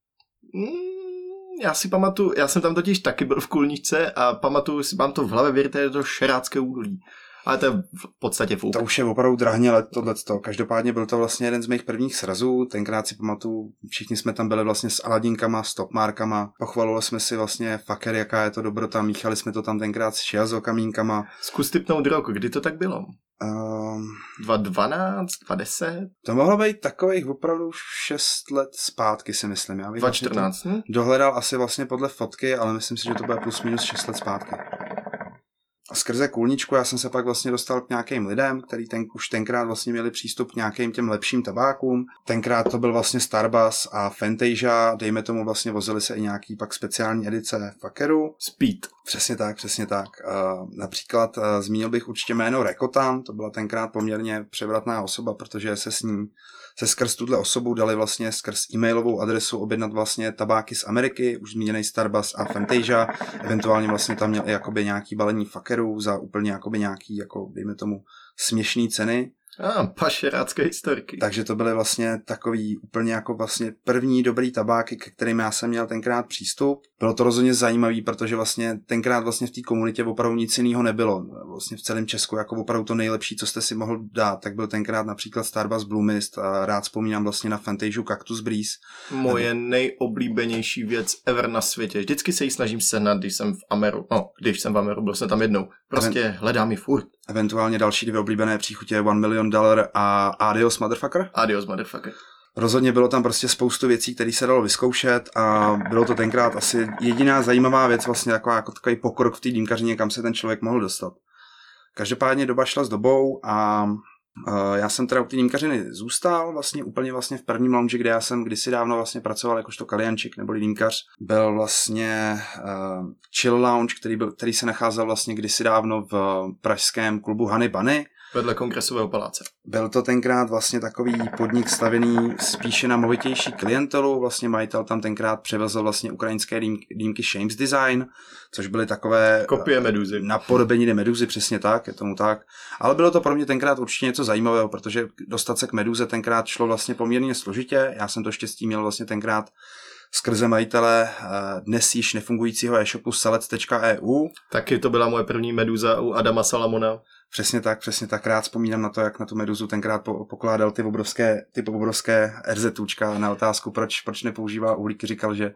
Mm, já si pamatuju, já jsem tam totiž taky byl v Kůlničce a pamatuju si, mám to v hlavě, věřte, je to Šerácké údolí. Ale to je v podstatě fuk. To už je opravdu drahně let tohleto. Každopádně byl to vlastně jeden z mých prvních srazů. Tenkrát si pamatuju, všichni jsme tam byli vlastně s Aladinkama, s Topmarkama. Pochvalovali jsme si vlastně faker, jaká je to dobrota. Míchali jsme to tam tenkrát s Shiazo kamínkama. Zkus tipnout rok, kdy to tak bylo? Um, dva dvanáct, dva deset? To mohlo být takových opravdu šest let zpátky, si myslím. Já bych dva čtrnáct, vlastně dohledal asi vlastně podle fotky, ale myslím si, že to bude plus minus šest let zpátky. A skrze Kůlničku já jsem se pak vlastně dostal k nějakým lidem, kteří ten, už tenkrát vlastně měli přístup k nějakým těm lepším tabákům. Tenkrát to byl vlastně Starbuzz a Fantasia, dejme tomu vlastně vozili se i nějaký pak speciální edice Fakeru. Speed. Přesně tak, přesně tak. Uh, například uh, zmínil bych určitě jméno Rekotan, to byla tenkrát poměrně převratná osoba, protože se s ní se skrz tuhle osobu dali vlastně skrz e-mailovou adresu objednat vlastně tabáky z Ameriky, už zmíněný Starbuzz a Fantasia, eventuálně vlastně tam měl i jakoby nějaký balení Fakerů za úplně jakoby nějaký, jako dejme tomu, směšný ceny. A ah, pašerácké historky. Takže to byly vlastně takový úplně jako vlastně první dobrý tabáky, ke kterým já jsem měl tenkrát přístup. Bylo to rozhodně zajímavý, protože vlastně tenkrát vlastně v té komunitě opravdu nic jiného nebylo. Vlastně v celém Česku jako opravdu to nejlepší, co jste si mohl dát, tak byl tenkrát například Starbuzz Blue Mist a rád vzpomínám vlastně na Fantasiu Cactus Breeze. Moje nejoblíbenější věc ever na světě. Vždycky se ji snažím sehnat, když jsem v Ameru. No, když jsem v Ameru, byl jsem tam jednou. Prostě Even... hledám ji furt. Eventuálně další dvě oblíbené příchutě One Million Dollar a Adios Motherfucker. Adios Motherfucker. Rozhodně bylo tam prostě spoustu věcí, které se dalo vyzkoušet a bylo to tenkrát asi jediná zajímavá věc, vlastně taková, jako takový pokrok v té dýmkařině, kam se ten člověk mohl dostat. Každopádně doba šla s dobou a uh, já jsem teda u té dýmkařiny zůstal vlastně úplně vlastně v prvním lounge, kde já jsem kdysi dávno vlastně pracoval jakožto kaliančik neboli dýmkař. Byl vlastně uh, chill lounge, který, byl, který se nacházel vlastně kdysi dávno v pražském klubu Honey Bunny. Vedle Kongresového paláce. Byl to tenkrát vlastně takový podnik stavěný spíše na movitější klientelu, vlastně majitel tam tenkrát převezl vlastně ukrajinské dýmky, dýmky Shames Design, což byly takové kopie Meduzy. Napodobeniny Meduzy, přesně tak, je tomu tak. Ale bylo to pro mě tenkrát určitě něco zajímavého, protože dostat se k Meduze tenkrát šlo vlastně poměrně složitě. Já jsem to štěstí měl vlastně tenkrát skrze majitele dnes již nefungujícího e-shopu selec tečka e u. Taky to byla moje první Meduza u Adama Salamona. Přesně tak, přesně tak. Rád vzpomínám na to, jak na tu Meduzu tenkrát pokládal ty obrovské, ty obrovské RZUčka na otázku, proč, proč nepoužívá uhlíky. Říkal, že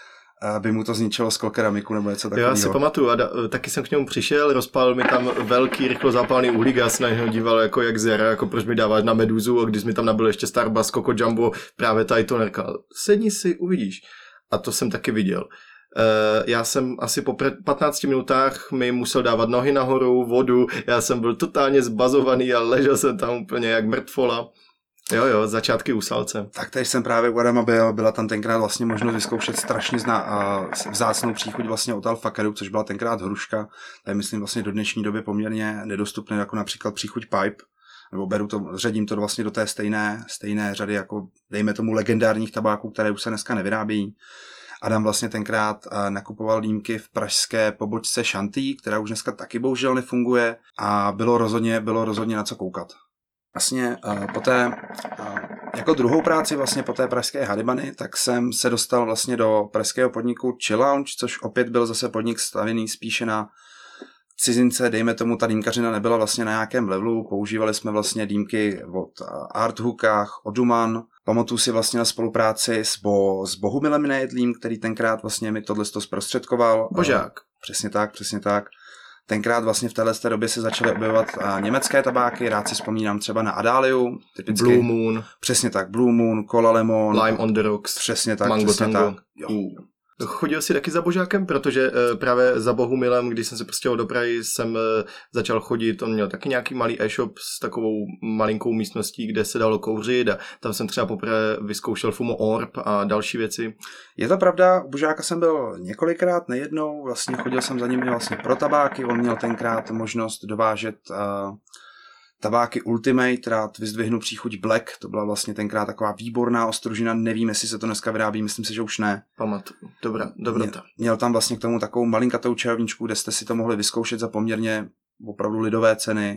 by mu to zničilo sklokeramiku nebo něco takového. Já si pamatuju, a da, taky jsem k němu přišel, rozpálil mi tam velký rychlozápalný uhlík, já se na něho díval jako jak zera, jako proč mi dáváš na Meduzu, a když mi tam nabil ještě Starbuzz, Coco Jumbo, právě tady to nerkal. Sedni si, uvidíš. A to jsem taky viděl. Uh, já jsem asi po patnácti minutách mi musel dávat nohy nahoru, vodu, já jsem byl totálně zbazovaný a ležel jsem tam úplně jak mrtvola. Jo, jo, začátky Úsalce. Tak teď jsem právě u Adama byl, byla tam tenkrát vlastně možnost vyzkoušet strašně zná, uh, vzácnou příchuť vlastně od Alfakeru, což byla tenkrát hruška. To je myslím vlastně do dnešní doby poměrně nedostupné, jako například příchuť Pipe. Nebo beru to, řadím to vlastně do té stejné, stejné řady, jako dejme tomu legendárních tabáků, které už se dneska nevyrábí. Adam vlastně tenkrát uh, nakupoval dýmky v pražské pobočce Shantý, která už dneska taky bohužel nefunguje a bylo rozhodně, bylo rozhodně na co koukat. Vlastně uh, poté, uh, jako druhou práci vlastně po té pražské Honey Bunny, tak jsem se dostal vlastně do pražského podniku Chill Lounge, což opět byl zase podnik stavěný spíše na cizince, dejme tomu, ta dýmkařina nebyla vlastně na nějakém levelu, používali jsme vlastně dýmky od Art Hookách, od Duman. Pamatuju si vlastně na spolupráci s, Bo, s Bohumilem Nejedlým, který tenkrát vlastně mi tohle zprostředkoval. Božák. Přesně tak, přesně tak. Tenkrát vlastně v téhle době se začaly objevovat německé tabáky, rád si vzpomínám třeba na Adáliu. Typicky, Blue Moon. Přesně tak, Blue Moon, Cola Lemon. Lime on the Rocks. Přesně tak, Mango přesně Tango. tak. Jo. Uh. Chodil jsi taky za Božákem, protože uh, právě za Bohumilem, když jsem se prostě do Prahy, jsem uh, začal chodit, on měl taky nějaký malý e-shop s takovou malinkou místností, kde se dalo kouřit a tam jsem třeba poprvé vyzkoušel Fumo Orb a další věci. Je to pravda, u Božáka jsem byl několikrát, nejednou, vlastně chodil jsem za ním vlastně pro tabáky, on měl tenkrát možnost dovážet uh, tabáky Ultimate, rád vyzdvihnu příchuť Black, to byla vlastně tenkrát taková výborná ostružina, nevím, jestli se to dneska vyrábí, myslím si, že už ne. Pamatuju, dobrá, dobrota. Měl, měl tam vlastně k tomu takovou malinkatou čarovničku, kde jste si to mohli vyzkoušet za poměrně opravdu lidové ceny.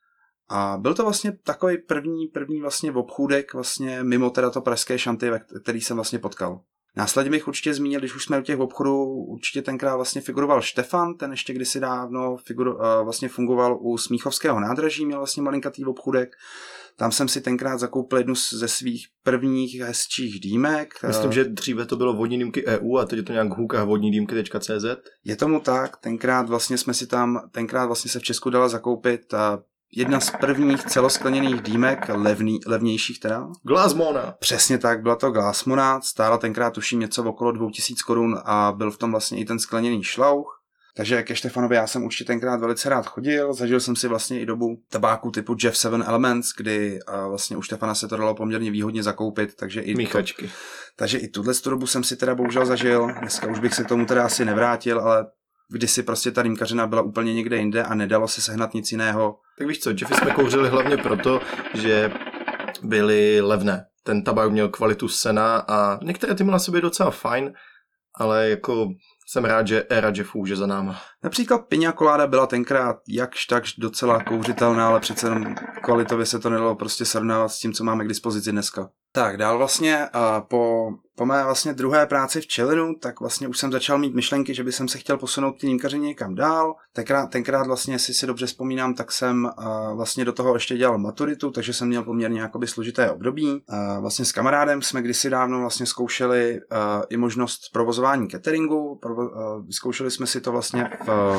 A byl to vlastně takový první, první vlastně obchůdek vlastně mimo teda to pražské šanty, který jsem vlastně potkal. Následně bych určitě zmínil, když už jsme u těch obchodů, určitě tenkrát vlastně figuroval Štefan, ten ještě kdysi dávno figuro, vlastně fungoval u Smíchovského nádraží, měl vlastně malinkatý obchůdek. Tam jsem si tenkrát zakoupil jednu ze svých prvních hezčích dýmek. Myslím, že dříve to bylo vodní dýmky E U a teď je to nějak hůka vodní dýmky tečka cé zet. Je tomu tak, tenkrát vlastně jsme si tam, tenkrát vlastně se v Česku dala zakoupit jedna z prvních celoskleněných dýmek, levný, levnějších teda. Glassmona. Přesně tak, byla to Glassmona, stála tenkrát tuším něco okolo dvou tisíc korun a byl v tom vlastně i ten skleněný šlouch. Takže ke Štefanovi já jsem určitě tenkrát velice rád chodil, zažil jsem si vlastně i dobu tabáku typu Jeff Seven Elements, kdy vlastně u Štefana se to dalo poměrně výhodně zakoupit, takže i Míchačky. To, takže i tuhle dobu jsem si teda bohužel zažil, dneska už bych se k tomu teda asi nevrátil, ale kdysi prostě ta dýmkařina byla úplně někde jinde a nedalo se sehnat nic jiného. Tak víš co, Jeffy jsme kouřili hlavně proto, že byly levné. Ten tabák měl kvalitu sena a některé ty měly na sobě docela fajn, ale jako jsem rád, že éra Jeffů už je za náma. Například Piña Colada byla tenkrát jakž takž docela kouřitelná, ale přece jenom kvalitově se to nedalo prostě srovnávat s tím, co máme k dispozici dneska. Tak dál vlastně uh, po, po mé vlastně druhé práci v Chilinu, tak vlastně už jsem začal mít myšlenky, že bych se chtěl posunout k dýmkařině někam dál. Tenkrát, tenkrát vlastně, jestli si dobře vzpomínám, tak jsem uh, vlastně do toho ještě dělal maturitu, takže jsem měl poměrně jakoby složité období. Uh, vlastně s kamarádem jsme kdysi dávno vlastně zkoušeli uh, i možnost provozování cateringu. Provo, uh, zkoušeli jsme si to vlastně v uh,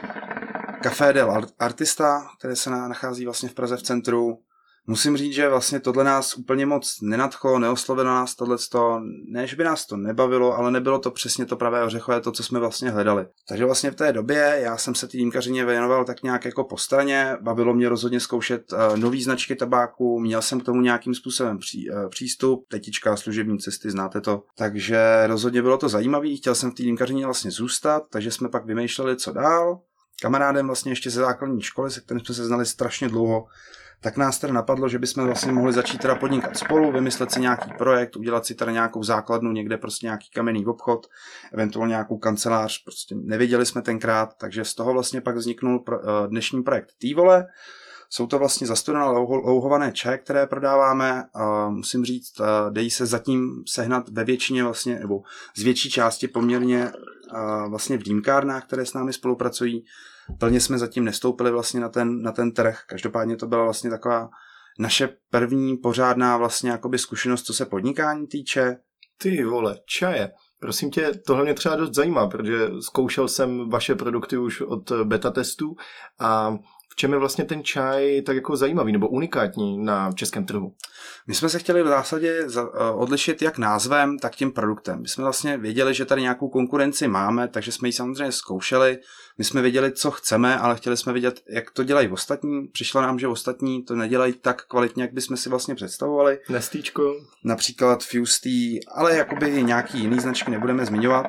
Café del Artista, které se nachází vlastně v Praze v centru. Musím říct, že vlastně tohle nás úplně moc nenadchlo, neoslovilo nás tohleto, ne, že by nás to nebavilo, ale nebylo to přesně to pravé ořechové, to, co jsme vlastně hledali. Takže vlastně v té době já jsem se té dýmkařině věnoval tak nějak jako po straně, bavilo mě rozhodně zkoušet uh, nový značky tabáku, měl jsem k tomu nějakým způsobem pří, uh, přístup, tetička, služební cesty, znáte to. Takže rozhodně bylo to zajímavé, chtěl jsem v té dýmkařině vlastně zůstat, takže jsme pak vymýšleli, co dál. Kamarádem vlastně ještě ze základní školy, se kterým jsme se znali strašně dlouho, tak nás teda napadlo, že bychom vlastně mohli začít teda podnikat spolu, vymyslet si nějaký projekt, udělat si teda nějakou základnu, někde prostě nějaký kamenný obchod, eventuálně nějakou kancelář, prostě nevěděli jsme tenkrát, takže z toho vlastně pak vzniknul pro, uh, dnešní projekt T-Vole. Jsou to vlastně zastudené louhované čaje, které prodáváme. Uh, musím říct, uh, dejí se zatím sehnat ve většině vlastně, nebo z větší části poměrně uh, vlastně v dýmkárnách, které s námi spolupracují. Plně jsme zatím nestoupili vlastně na ten, na ten trh. Každopádně to byla vlastně taková naše první pořádná vlastně jakoby zkušenost, co se podnikání týče. Ty vole, čaje. Prosím tě, tohle mě třeba dost zajímá, protože zkoušel jsem vaše produkty už od beta testů a v čem je vlastně ten čaj tak jako zajímavý nebo unikátní na českém trhu? My jsme se chtěli v zásadě odlišit jak názvem, tak tím produktem. My jsme vlastně věděli, že tady nějakou konkurenci máme, takže jsme ji samozřejmě zkoušeli. My jsme věděli, co chceme, ale chtěli jsme vědět, jak to dělají ostatní. Přišlo nám, že ostatní to nedělají tak kvalitně, jak bychom si vlastně představovali. Nestýčko. Například Fusty, ale jakoby i nějaký jiný značky nebudeme zmiňovat.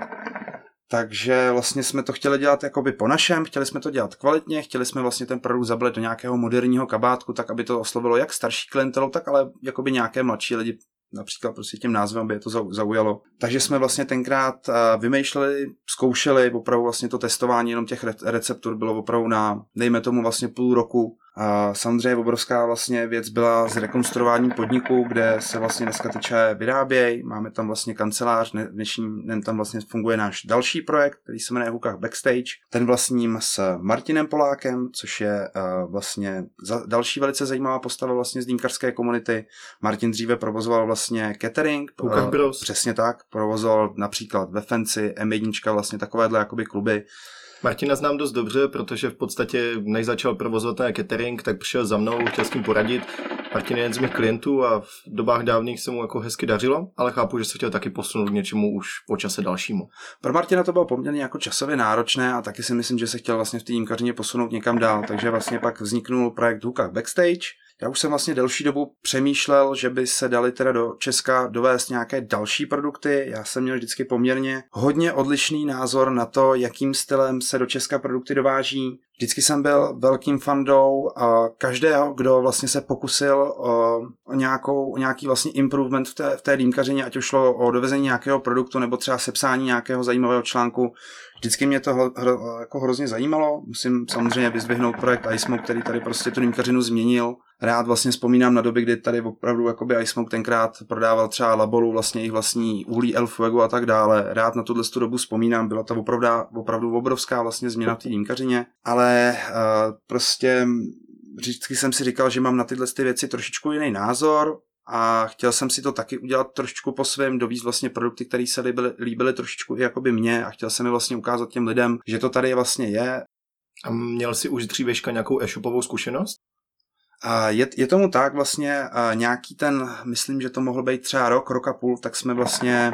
Takže vlastně jsme to chtěli dělat jakoby po našem, chtěli jsme to dělat kvalitně, chtěli jsme vlastně ten produkt zabalit do nějakého moderního kabátku, tak aby to oslovilo jak starší klientelu, tak ale jakoby nějaké mladší lidi, například prostě tím názvem, aby je to zaujalo. Takže jsme vlastně tenkrát vymýšleli, zkoušeli, opravdu vlastně to testování jenom těch receptur bylo opravdu na, dejme tomu vlastně půl roku. A samozřejmě obrovská vlastně věc byla zrekonstruování podniku, kde se vlastně dneska ty čaje vyrábějí. Máme tam vlastně kancelář, dnešním dnem tam vlastně funguje náš další projekt, který se jmenuje Hookah Backstage. Ten vlastním s Martinem Polákem, což je uh, vlastně za, další velice zajímavá postava vlastně z dýmkařské komunity. Martin dříve provozoval vlastně catering. Hookah Bros. Přesně tak, provozoval například ve Fancy, em jedna, vlastně takovéhle jakoby kluby. Martina znám dost dobře, protože v podstatě, než začal provozovat ten catering, tak přišel za mnou, chtěl s tím poradit. Martin je jeden z mých klientů a v dobách dávných se mu jako hezky dařilo, ale chápu, že se chtěl taky posunout k něčemu už po čase dalšímu. Pro Martina to bylo poměrně jako časově náročné a taky si myslím, že se chtěl vlastně v té dýmkařině posunout někam dál, takže vlastně pak vzniknul projekt Hookah Backstage. Já už jsem vlastně delší dobu přemýšlel, že by se dali teda do Česka dovést nějaké další produkty. Já jsem měl vždycky poměrně hodně odlišný názor na to, jakým stylem se do Česka produkty dováží. Vždycky jsem byl velkým fandou a každého, kdo vlastně se pokusil o, o, nějakou, o nějaký vlastně improvement v té, v té dýmkařině, ať už šlo o dovezení nějakého produktu nebo třeba sepsání nějakého zajímavého článku. Vždycky mě to hro, hro, jako hrozně zajímalo. Musím samozřejmě vyzdvihnout projekt iSmoke, který tady prostě tu dýmkařinu změnil. Rád vlastně vzpomínám na doby, kdy tady opravdu jakoby iSmoke tenkrát prodával třeba Labolu, vlastně jejich vlastní uhlí El Fuego a tak dále. Rád na tuhle dobu vzpomínám, byla to opravdu, opravdu obrovská vlastně změna v té dýmkařině, ale uh, prostě vždycky jsem si říkal, že mám na tyhle ty věci trošičku jiný názor a chtěl jsem si to taky udělat trošičku po svém, dovízt vlastně produkty, které se líbily, líbily trošičku i jakoby mně a chtěl jsem je vlastně ukázat těm lidem, že to tady vlastně je. A měl jsi už dřívěžka nějakou e-shopovou zkušenost? Je, je tomu tak vlastně nějaký ten, myslím, že to mohl být třeba rok, rok a půl, tak jsme vlastně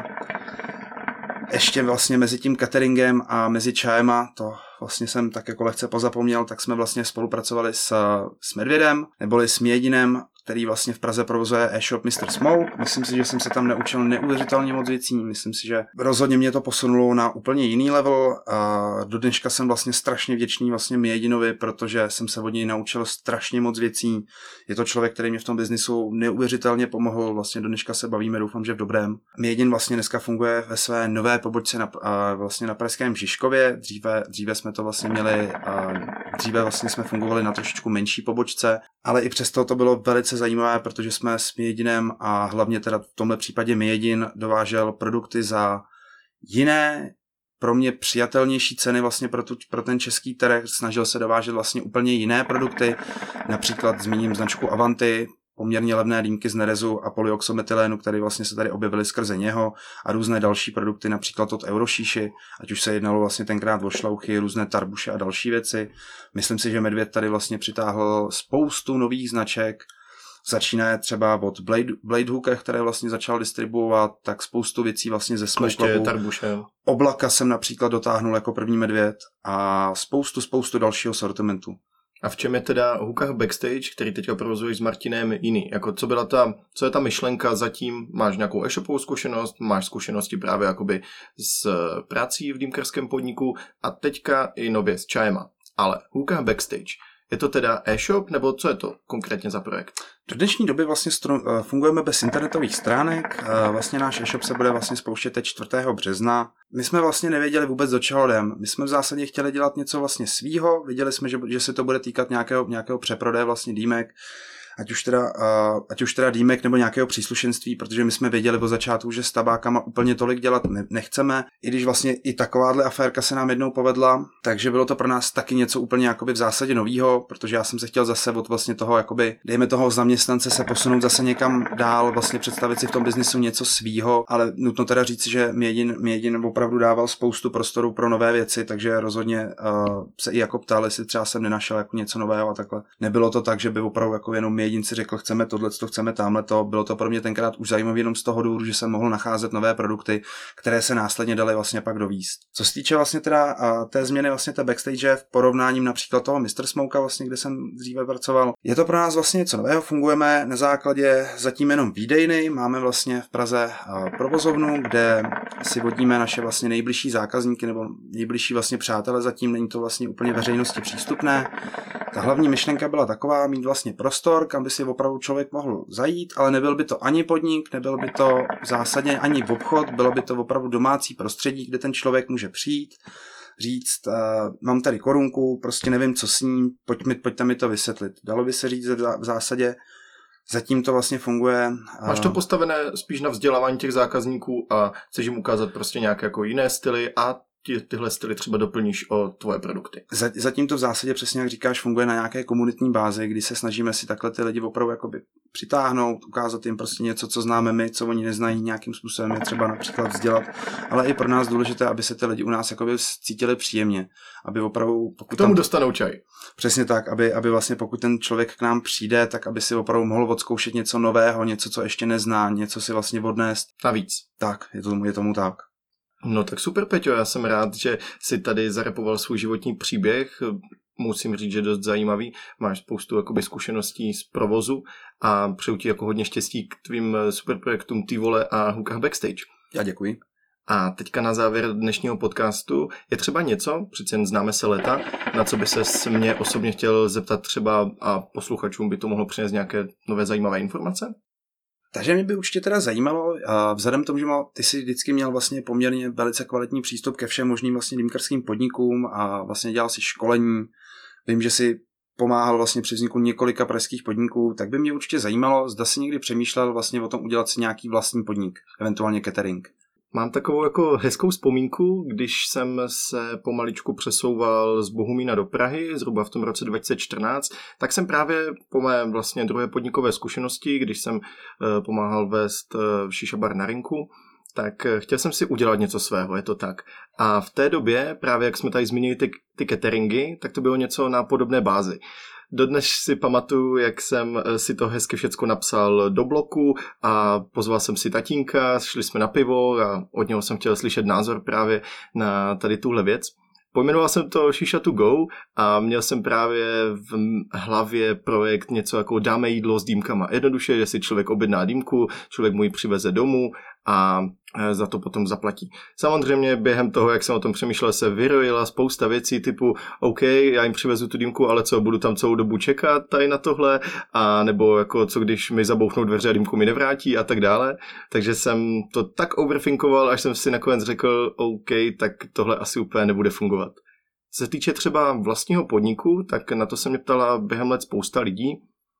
ještě vlastně mezi tím cateringem a mezi čajema, to vlastně jsem tak jako lehce pozapomněl, tak jsme vlastně spolupracovali s, s Medvědem, neboli s Mějidinem, který vlastně v Praze provozuje e-shop mister Smoke. Myslím si, že jsem se tam naučil neuvěřitelně moc věcí. Myslím si, že rozhodně mě to posunulo na úplně jiný level. A do dneška jsem vlastně strašně vděčný vlastně Mějidinovi, protože jsem se od něj naučil strašně moc věcí. Je to člověk, který mě v tom biznisu neuvěřitelně pomohl. Vlastně do dneška se bavíme, doufám, že v dobrém. Mějidin vlastně dneska funguje ve své nové pobočce na, vlastně na pražském Žižkově. Dříve, dříve jsme to vlastně měli, dříve vlastně jsme fungovali na trošičku menší pobočce, ale i přesto to bylo velice zajímavé, protože jsme s Mějidinem a hlavně teda v tomhle případě Mějidin dovážel produkty za jiné, pro mě přijatelnější ceny vlastně pro, tu, pro ten český trh. Snažil se dovážet vlastně úplně jiné produkty, například zmíním značku Avanti, poměrně levné dýmky z nerezu a polyoxometylénu, které vlastně se tady objevily skrze něho a různé další produkty, například od Eurošíši, ať už se jednalo vlastně tenkrát o šlouchy, různé tarbuše a další věci. Myslím si, že Medvěd tady vlastně přitáhl spoustu nových značek, začínaje třeba od Blade, Blade Hooker, které vlastně začal distribuovat, tak spoustu věcí vlastně ze Smoke Clubu. Oblaka jsem například dotáhnul jako první Medvěd a spoustu, spoustu dalšího sortimentu. A v čem je teda Hookah Backstage, který teďka provozuješ s Martinem, jiný? Jako co byla ta, co je ta myšlenka zatím? Máš nějakou e-shopovou zkušenost, máš zkušenosti právě jakoby s prací v dýmkarském podniku a teďka i nově s čajema. Ale Hookah Backstage, je to teda e-shop, nebo co je to konkrétně za projekt? Do dnešní doby vlastně fungujeme bez internetových stránek. Vlastně náš e-shop se bude vlastně spouštět teď čtvrtého března. My jsme vlastně nevěděli vůbec, do čeho jdem. My jsme v zásadě chtěli dělat něco vlastně svýho. Viděli jsme, že, že se to bude týkat nějakého, nějakého přeprodeje vlastně dýmek. Ať už, teda, uh, ať už teda dýmek nebo nějakého příslušenství, protože my jsme věděli od začátku, že s tabákama úplně tolik dělat ne- nechceme, i když vlastně i takováhle aférka se nám jednou povedla, takže bylo to pro nás taky něco úplně jakoby v zásadě novýho, protože já jsem se chtěl zase od vlastně toho, jakoby, dejme toho zaměstnance se posunout zase někam dál, vlastně představit si v tom biznisu něco svýho, ale nutno teda říct, že Mějidin, Mějidin opravdu dával spoustu prostoru pro nové věci, takže rozhodně uh, se i jako ptali, jestli třeba jsem nenašel jako něco nového a takhle. Nebylo to tak, že by opravdu jako jenom Mějidin si řekl, chceme tohleto, chceme tamhleto. Bylo to pro mě tenkrát už zajímavé jenom z toho důvodu, že jsem mohl nacházet nové produkty, které se následně daly vlastně pak dovízt. Co se týče vlastně teda a té změny vlastně té backstage v porovnáním například toho mister Smoka, vlastně, kde jsem dříve pracoval, je to pro nás vlastně něco nového. Fungujeme na základě zatím jenom výdejny. Máme vlastně v Praze provozovnu, kde si vodíme naše vlastně nejbližší zákazníky nebo nejbližší vlastně přátele. Zatím není to vlastně úplně veřejnosti přístupné. Ta hlavní myšlenka byla taková, mít vlastně prostor, kam by si opravdu člověk mohl zajít, ale nebyl by to ani podnik, nebyl by to v zásadě ani obchod, bylo by to opravdu domácí prostředí, kde ten člověk může přijít, říct, uh, mám tady korunku, prostě nevím, co s ní, pojď mi, pojďte mi to vysvětlit. Dalo by se říct v zásadě, zatím to vlastně funguje. Uh... Máš to postavené spíš na vzdělávání těch zákazníků a chceš jim ukázat prostě nějaké jako jiné styly a Ty, tyhle styly třeba doplníš o tvoje produkty. Zatím to v zásadě přesně jak říkáš funguje na nějaké komunitní bázi, kdy se snažíme si takhle ty lidi opravdu jakoby přitáhnout, ukázat jim prostě něco, co známe my, co oni neznají, nějakým způsobem je třeba například vzdělat, ale i pro nás důležité, aby se ty lidi u nás jakoby cítili příjemně, aby opravdu pokud k tomu tam, dostanou čaj. Přesně tak, aby, aby vlastně pokud ten člověk k nám přijde, tak aby si opravdu mohl odzkoušet něco nového, něco, co ještě nezná, něco si vlastně odnést. Navíc. Tak, je tomu, je tomu tak. No tak super, Peťo, já jsem rád, že si tady zarepoval svůj životní příběh. musím říct, že dost zajímavý. Máš spoustu jakoby zkušeností z provozu a přeju ti jako hodně štěstí k tvým super projektům Ty vole a Hukách Backstage. Já děkuji. A teďka na závěr dnešního podcastu je třeba něco, přece jen známe se léta, na co by se mě osobně chtěl zeptat třeba a posluchačům by to mohlo přinést nějaké nové zajímavé informace? Takže mě by určitě teda zajímalo, a vzhledem k tomu, že ty jsi vždycky měl vlastně poměrně velice kvalitní přístup ke všem možným vlastně dýmkarským podnikům a vlastně dělal si školení, vím, že si pomáhal vlastně při vzniku několika pražských podniků, tak by mě určitě zajímalo, zda si někdy přemýšlel vlastně o tom udělat si nějaký vlastní podnik, eventuálně catering. Mám takovou jako hezkou vzpomínku, když jsem se pomaličku přesouval z Bohumína do Prahy, zhruba v tom roce dva tisíce čtrnáct, tak jsem právě po mé vlastně druhé podnikové zkušenosti, když jsem pomáhal vést šiša bar na Rinku, tak chtěl jsem si udělat něco svého, je to tak. A v té době, právě jak jsme tady zmínili ty, ty cateringy, tak to bylo něco na podobné bázi. Dodnes si pamatuju, jak jsem si to hezky všecko napsal do bloku a pozval jsem si tatínka, šli jsme na pivo a od něho jsem chtěl slyšet názor právě na tady tuhle věc. Pojmenoval jsem to Shisha to go a měl jsem právě v hlavě projekt něco jako dáme jídlo s dýmkama. Jednoduše, že si člověk objedná dýmku, člověk mu ji přiveze domů a za to potom zaplatí. Samozřejmě během toho, jak jsem o tom přemýšlel, se vyrojila spousta věcí typu OK, já jim přivezu tu dýmku, ale co, budu tam celou dobu čekat tady na tohle, a nebo jako co když mi zabouchnou dveře a dýmku mi nevrátí a tak dále. Takže jsem to tak overthinkoval, až jsem si nakonec řekl OK, tak tohle asi úplně nebude fungovat. Co se týče třeba vlastního podniku, tak na to se mě ptala během let spousta lidí.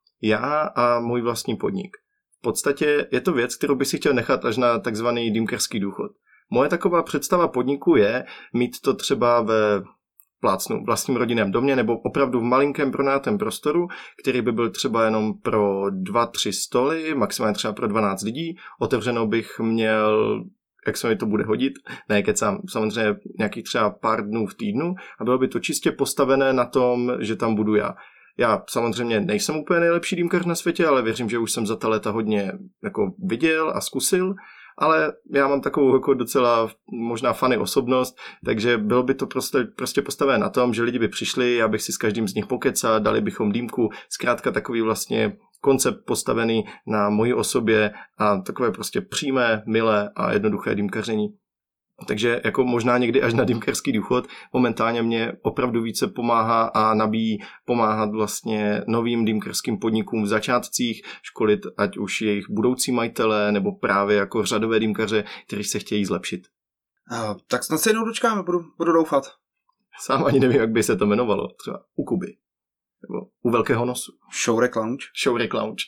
Já a můj vlastní podnik. V podstatě je to věc, kterou bych si chtěl nechat až na takzvaný dýmkarský důchod. Moje taková představa podniku je mít to třeba ve plácnu vlastním rodinném domě nebo opravdu v malinkém pronajatém prostoru, který by byl třeba jenom pro dva, tři stoly, maximálně třeba pro dvanáct lidí. Otevřeno bych měl, jak se mi to bude hodit, ne kecám, samozřejmě nějakých třeba pár dnů v týdnu a bylo by to čistě postavené na tom, že tam budu já. Já samozřejmě nejsem úplně nejlepší dýmkař na světě, ale věřím, že už jsem za ta léta hodně jako viděl a zkusil, ale já mám takovou jako docela možná funny osobnost, takže bylo by to prostě, prostě postavené na tom, že lidi by přišli, já bych si s každým z nich pokecal, dali bychom dýmku, zkrátka takový vlastně koncept postavený na mojí osobě a takové prostě přímé, milé a jednoduché dýmkaření. Takže jako možná někdy až na dýmkarský důchod momentálně mě opravdu více pomáhá a nabíjí pomáhat vlastně novým dýmkarským podnikům v začátcích, školit ať už jejich budoucí majitelé nebo právě jako řadové dýmkaře, kteří se chtějí zlepšit. Uh, tak snad se jednou dočkáme, budu, budu doufat. Sám ani nevím, jak by se to jmenovalo. Třeba u Kuby. Nebo u Velkého nosu. Showrek Lounge. Showrek Lounge.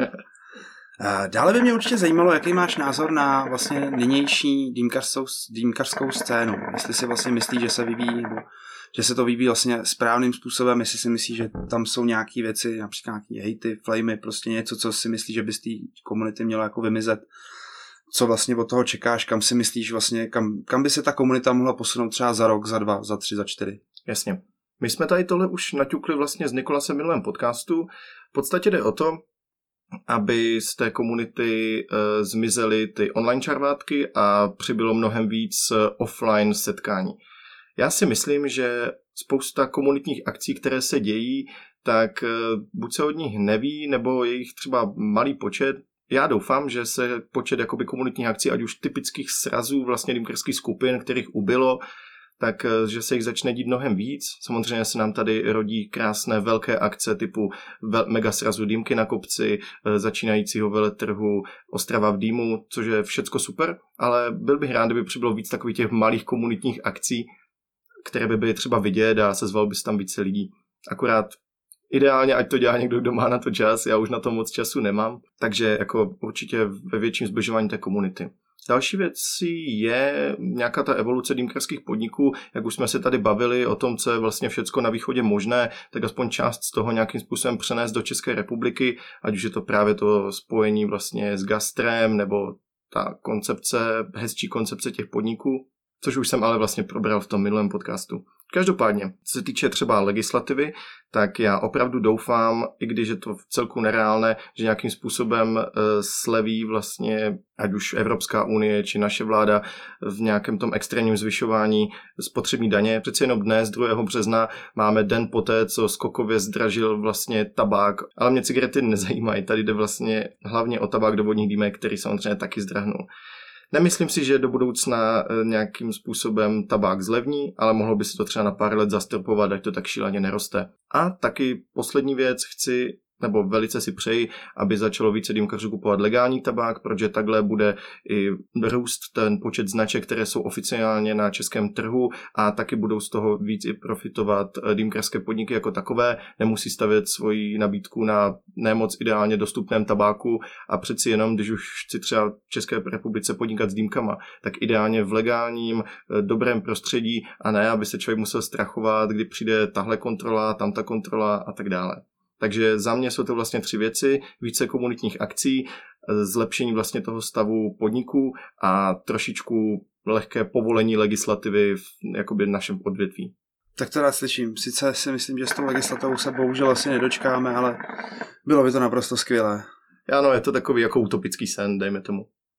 Dále by mě určitě zajímalo, jaký máš názor na vlastně nynější dýmkařskou, dýmkařskou scénu. Jestli si vlastně myslíš, že se vyvíjí, nebo že se to vyvíjí vlastně správným způsobem, jestli si myslíš, že tam jsou nějaké věci, například nějaké hejty, flamy, prostě něco, co si myslíš, že by z té komunity mělo jako vymizet. Co vlastně od toho čekáš, kam si myslíš vlastně, kam, kam by se ta komunita mohla posunout třeba za rok, za dva, za tři, za čtyři? Jasně. My jsme tady tohle už naťukli vlastně s Nikolasem v minulém podcastu. V podstatě jde o to, aby z té komunity e, zmizely ty online čarvátky a přibylo mnohem víc offline setkání. Já si myslím, že spousta komunitních akcí, které se dějí, tak e, buď se od nich neví, nebo je jich třeba malý počet. Já doufám, že se počet jakoby komunitních akcí, ať už typických srazů, vlastně dýmkarských skupin, kterých ubylo, tak že se jich začne dít mnohem víc. Samozřejmě se nám tady rodí krásné velké akce typu mega srazu Dýmky na kopci, začínajícího veletrhu Ostrava v dýmu, což je všecko super, ale byl bych rád, kdyby přibylo víc takových těch malých komunitních akcí, které by byly třeba vidět a sezval by se tam více lidí. Akorát ideálně, ať to dělá někdo, kdo má na to čas, já už na to moc času nemám, takže jako určitě ve větším zbližování té komunity. Další věcí je nějaká ta evoluce dýmkarských podniků, jak už jsme se tady bavili o tom, co je vlastně všecko na východě možné, tak aspoň část z toho nějakým způsobem přenést do České republiky, ať už je to právě to spojení vlastně s gastrem, nebo ta koncepce, hezčí koncepce těch podniků, což už jsem ale vlastně probral v tom minulém podcastu. Každopádně, co se týče třeba legislativy, tak já opravdu doufám, i když je to v celku nereálné, že nějakým způsobem sleví vlastně ať už Evropská unie či naše vláda v nějakém tom extrémním zvyšování spotřební daně. Přeci jenom dnes, druhého března, máme den poté, co skokově zdražil vlastně tabák, ale mě cigarety nezajímají. Tady jde vlastně hlavně o tabák do vodních dýmek, který samozřejmě taky zdrahnul. Nemyslím si, že do budoucna nějakým způsobem tabák zlevní, ale mohlo by se to třeba na pár let zastropovat, ať to tak šíleně neroste. A taky poslední věc, chci nebo velice si přeji, aby začalo více dýmkařů kupovat legální tabák, protože takhle bude i růst ten počet značek, které jsou oficiálně na českém trhu a taky budou z toho víc i profitovat dýmkařské podniky jako takové. Nemusí stavět svoji nabídku na nemoc ideálně dostupném tabáku a přeci jenom, když už chci třeba v České republice podnikat s dýmkama, tak ideálně v legálním, dobrém prostředí a ne, aby se člověk musel strachovat, kdy přijde tahle kontrola, tamta kontrola a tak dále. Takže za mě jsou to vlastně tři věci, více komunitních akcí, zlepšení vlastně toho stavu podniků a trošičku lehké povolení legislativy v jakoby našem odvětví. Tak to rád slyším. Sice si myslím, že s tou legislativou se bohužel asi nedočkáme, ale bylo by to naprosto skvělé. Ano, je to takový jako utopický sen, dejme tomu.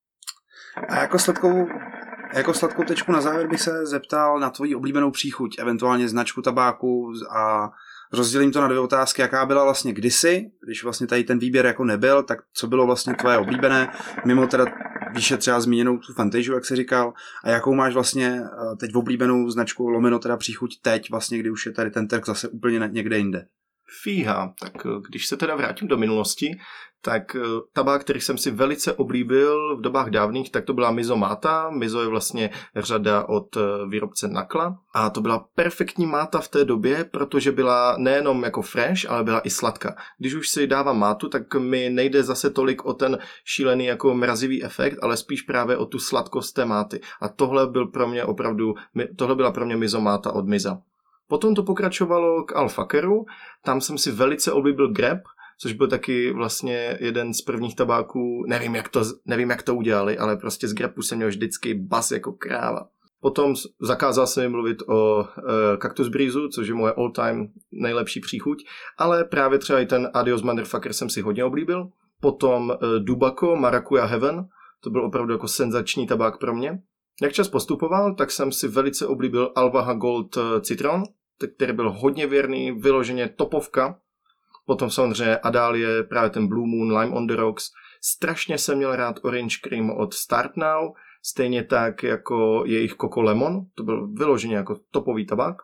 A jako sladkou, jako sladkou tečku na závěr bych se zeptal na tvoji oblíbenou příchuť, eventuálně značku tabáku a rozdělím to na dvě otázky, jaká byla vlastně kdysi, když vlastně tady ten výběr jako nebyl, tak co bylo vlastně tvoje oblíbené, mimo teda výše třeba zmíněnou tu Fantasia, jak jsi říkal, a jakou máš vlastně teď oblíbenou značku lomeno teda příchuť teď vlastně, kdy už je tady ten trh zase úplně někde jinde. Fíha, tak když se teda vrátím do minulosti, tak tabák, který jsem si velice oblíbil v dobách dávných, tak to byla Mizo Máta. Mizo je vlastně řada od výrobce Nakla a to byla perfektní máta v té době, protože byla nejenom jako fresh, ale byla i sladká. Když už si dávám mátu, tak mi nejde zase tolik o ten šílený jako mrazivý efekt, ale spíš právě o tu sladkost té máty. A tohle byl pro mě opravdu, tohle byla pro mě Mizo Máta od Miza. Potom to pokračovalo k Al-Fakeru, tam jsem si velice oblíbil Grab, což byl taky vlastně jeden z prvních tabáků, nevím jak to, nevím jak to udělali, ale prostě z Grabu jsem měl vždycky bas jako kráva. Potom zakázal jsem mi mluvit o uh, Cactus Breeze, což je moje all time nejlepší příchuť, ale právě třeba i ten Adios Motherfucker jsem si hodně oblíbil. Potom uh, Dubaco Maracuja Heaven, to byl opravdu jako senzační tabák pro mě. Jak čas postupoval, tak jsem si velice oblíbil Alvaha Gold Citron, který byl hodně věrný, vyloženě topovka. Potom samozřejmě Adalie, právě ten Blue Moon, Lime on the Rocks. Strašně jsem měl rád Orange Cream od Start Now, stejně tak jako jejich Coco Lemon, to byl vyloženě jako topový tabák.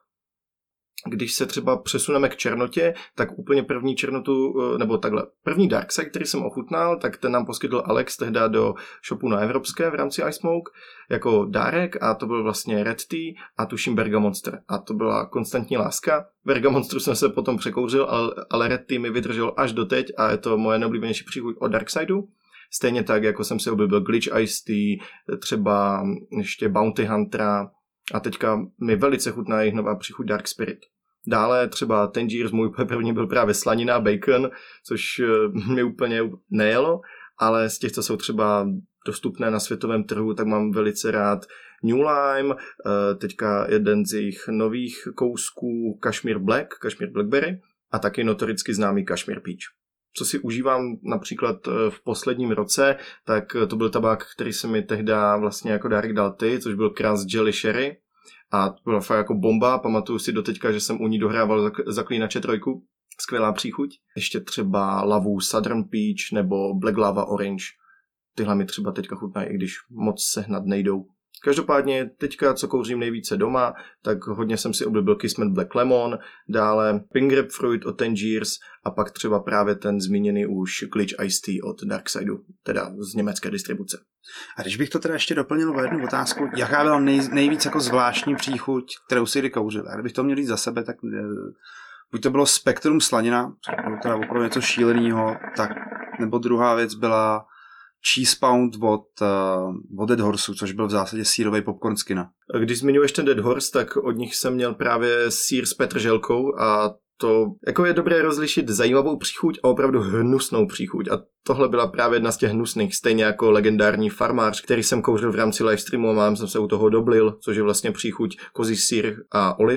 Když se třeba přesuneme k černotě, tak úplně první černotu, nebo takhle, první Darkside, který jsem ochutnal, tak ten nám poskytl Alex tehda do shopu na Evropské v rámci iSmoke jako dárek a to byl vlastně Red Tea a tuším Bergamonster a to byla konstantní láska. Bergamonstru jsem se potom překouřil, ale, ale Red Tea mi vydržel až doteď a je to moje nejoblíbenější příchuť od Darksideu. Stejně tak, jako jsem si oblíbil Glitch Iced Tea, třeba ještě Bounty Huntera a teďka mi velice chutná jejich nová příchuť Dark Spirit. Dále třeba Tangiers, můj první byl právě slanina, bacon, což mi úplně nejelo, ale z těch, co jsou třeba dostupné na světovém trhu, tak mám velice rád New Lime, teďka jeden z jejich nových kousků Kashmir Black, Kashmir Blackberry a taky notoricky známý Kashmir Peach. Co si užívám například v posledním roce, tak to byl tabák, který se mi tehdy vlastně jako dárek dal ty, což byl Kras Jelly Sherry. A to byla fakt jako bomba, pamatuju si doteďka, že jsem u ní dohrával Zaklínače trojku. Skvělá příchuť. Ještě třeba Lavu Southern Peach nebo Black Lava Orange. Tyhle mi třeba teďka chutnají, i když moc sehnat nejdou. Každopádně teďka, co kouřím nejvíce doma, tak hodně jsem si oblíbil Kismet Black Lemon, dále Pink Grapefruit od Tangiers a pak třeba právě ten zmíněný už Glitch Iced Tea od Darksideu, teda z německé distribuce. A když bych to teda ještě doplnil o jednu otázku, jaká byla nej, nejvíc jako zvláštní příchuť, kterou si kdy kouřil? A kdybych to měl říct za sebe, tak buď to bylo Spektrum slanina, bylo teda opravdu něco šíleného, tak nebo druhá věc byla Cheese Pound od, uh, od Dead Horseu, což byl v zásadě sírový popcorn z kina. Když zmiňuješ ten Dead Horse, tak od nich jsem měl právě sýr s petrželkou a to jako je dobré rozlišit zajímavou příchuť a opravdu hnusnou příchuť. A tohle byla právě jedna z těch hnusných, stejně jako legendární farmář, který jsem kouřil v rámci livestreamu a mám jsem se u toho doblil, což je vlastně příchuť kozí sýr a oliv.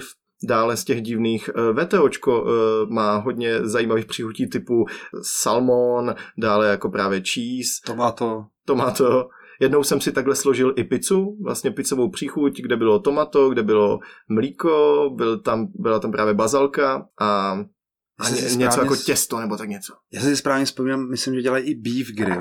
Dále z těch divných VTOčko má hodně zajímavých příchutí typu salmon, dále jako právě cheese. Tomato. Tomato. Jednou jsem si takhle složil i pizzu, vlastně pizzovou příchuť, kde bylo tomato, kde bylo mlíko, byl tam, byla tam právě bazalka a, a ně, něco správně, jako těsto nebo tak něco. Já si správně vzpomínám, myslím, že dělají i beef grill.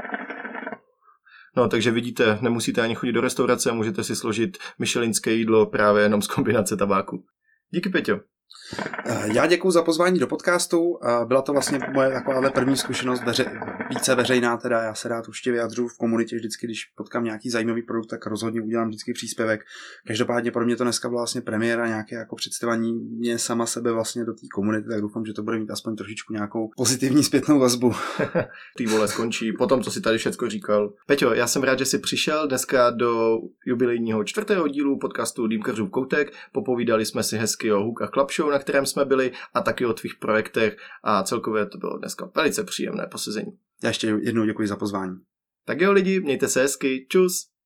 No, takže vidíte, nemusíte ani chodit do restaurace, můžete si složit michelinské jídlo právě jenom z kombinace tabáku. Díky, Peťo. Já děkuju za pozvání do podcastu. Byla to vlastně moje taková první zkušenost veře, více veřejná, teda já se rád určitě vyjadřuju v komunitě vždycky, když potkám nějaký zajímavý produkt, tak rozhodně udělám vždycky příspěvek. Každopádně pro mě to dneska byla vlastně premiéra, nějaké jako představení mě sama sebe vlastně do té komunity, tak doufám, že to bude mít aspoň trošičku nějakou pozitivní zpětnou vazbu. Ty vole skončí potom, co si tady všecko říkal. Peťo, já jsem rád, že jsi přišel dneska do jubilejního čtvrtého dílu podcastu Dýmkařův koutek. Popovídali jsme si hezky o Hook a Club Show, na kterém jsme byli, a taky o tvých projektech a celkově to bylo dneska velice příjemné posezení. Já ještě jednou děkuji za pozvání. Tak jo lidi, mějte se hezky, čus.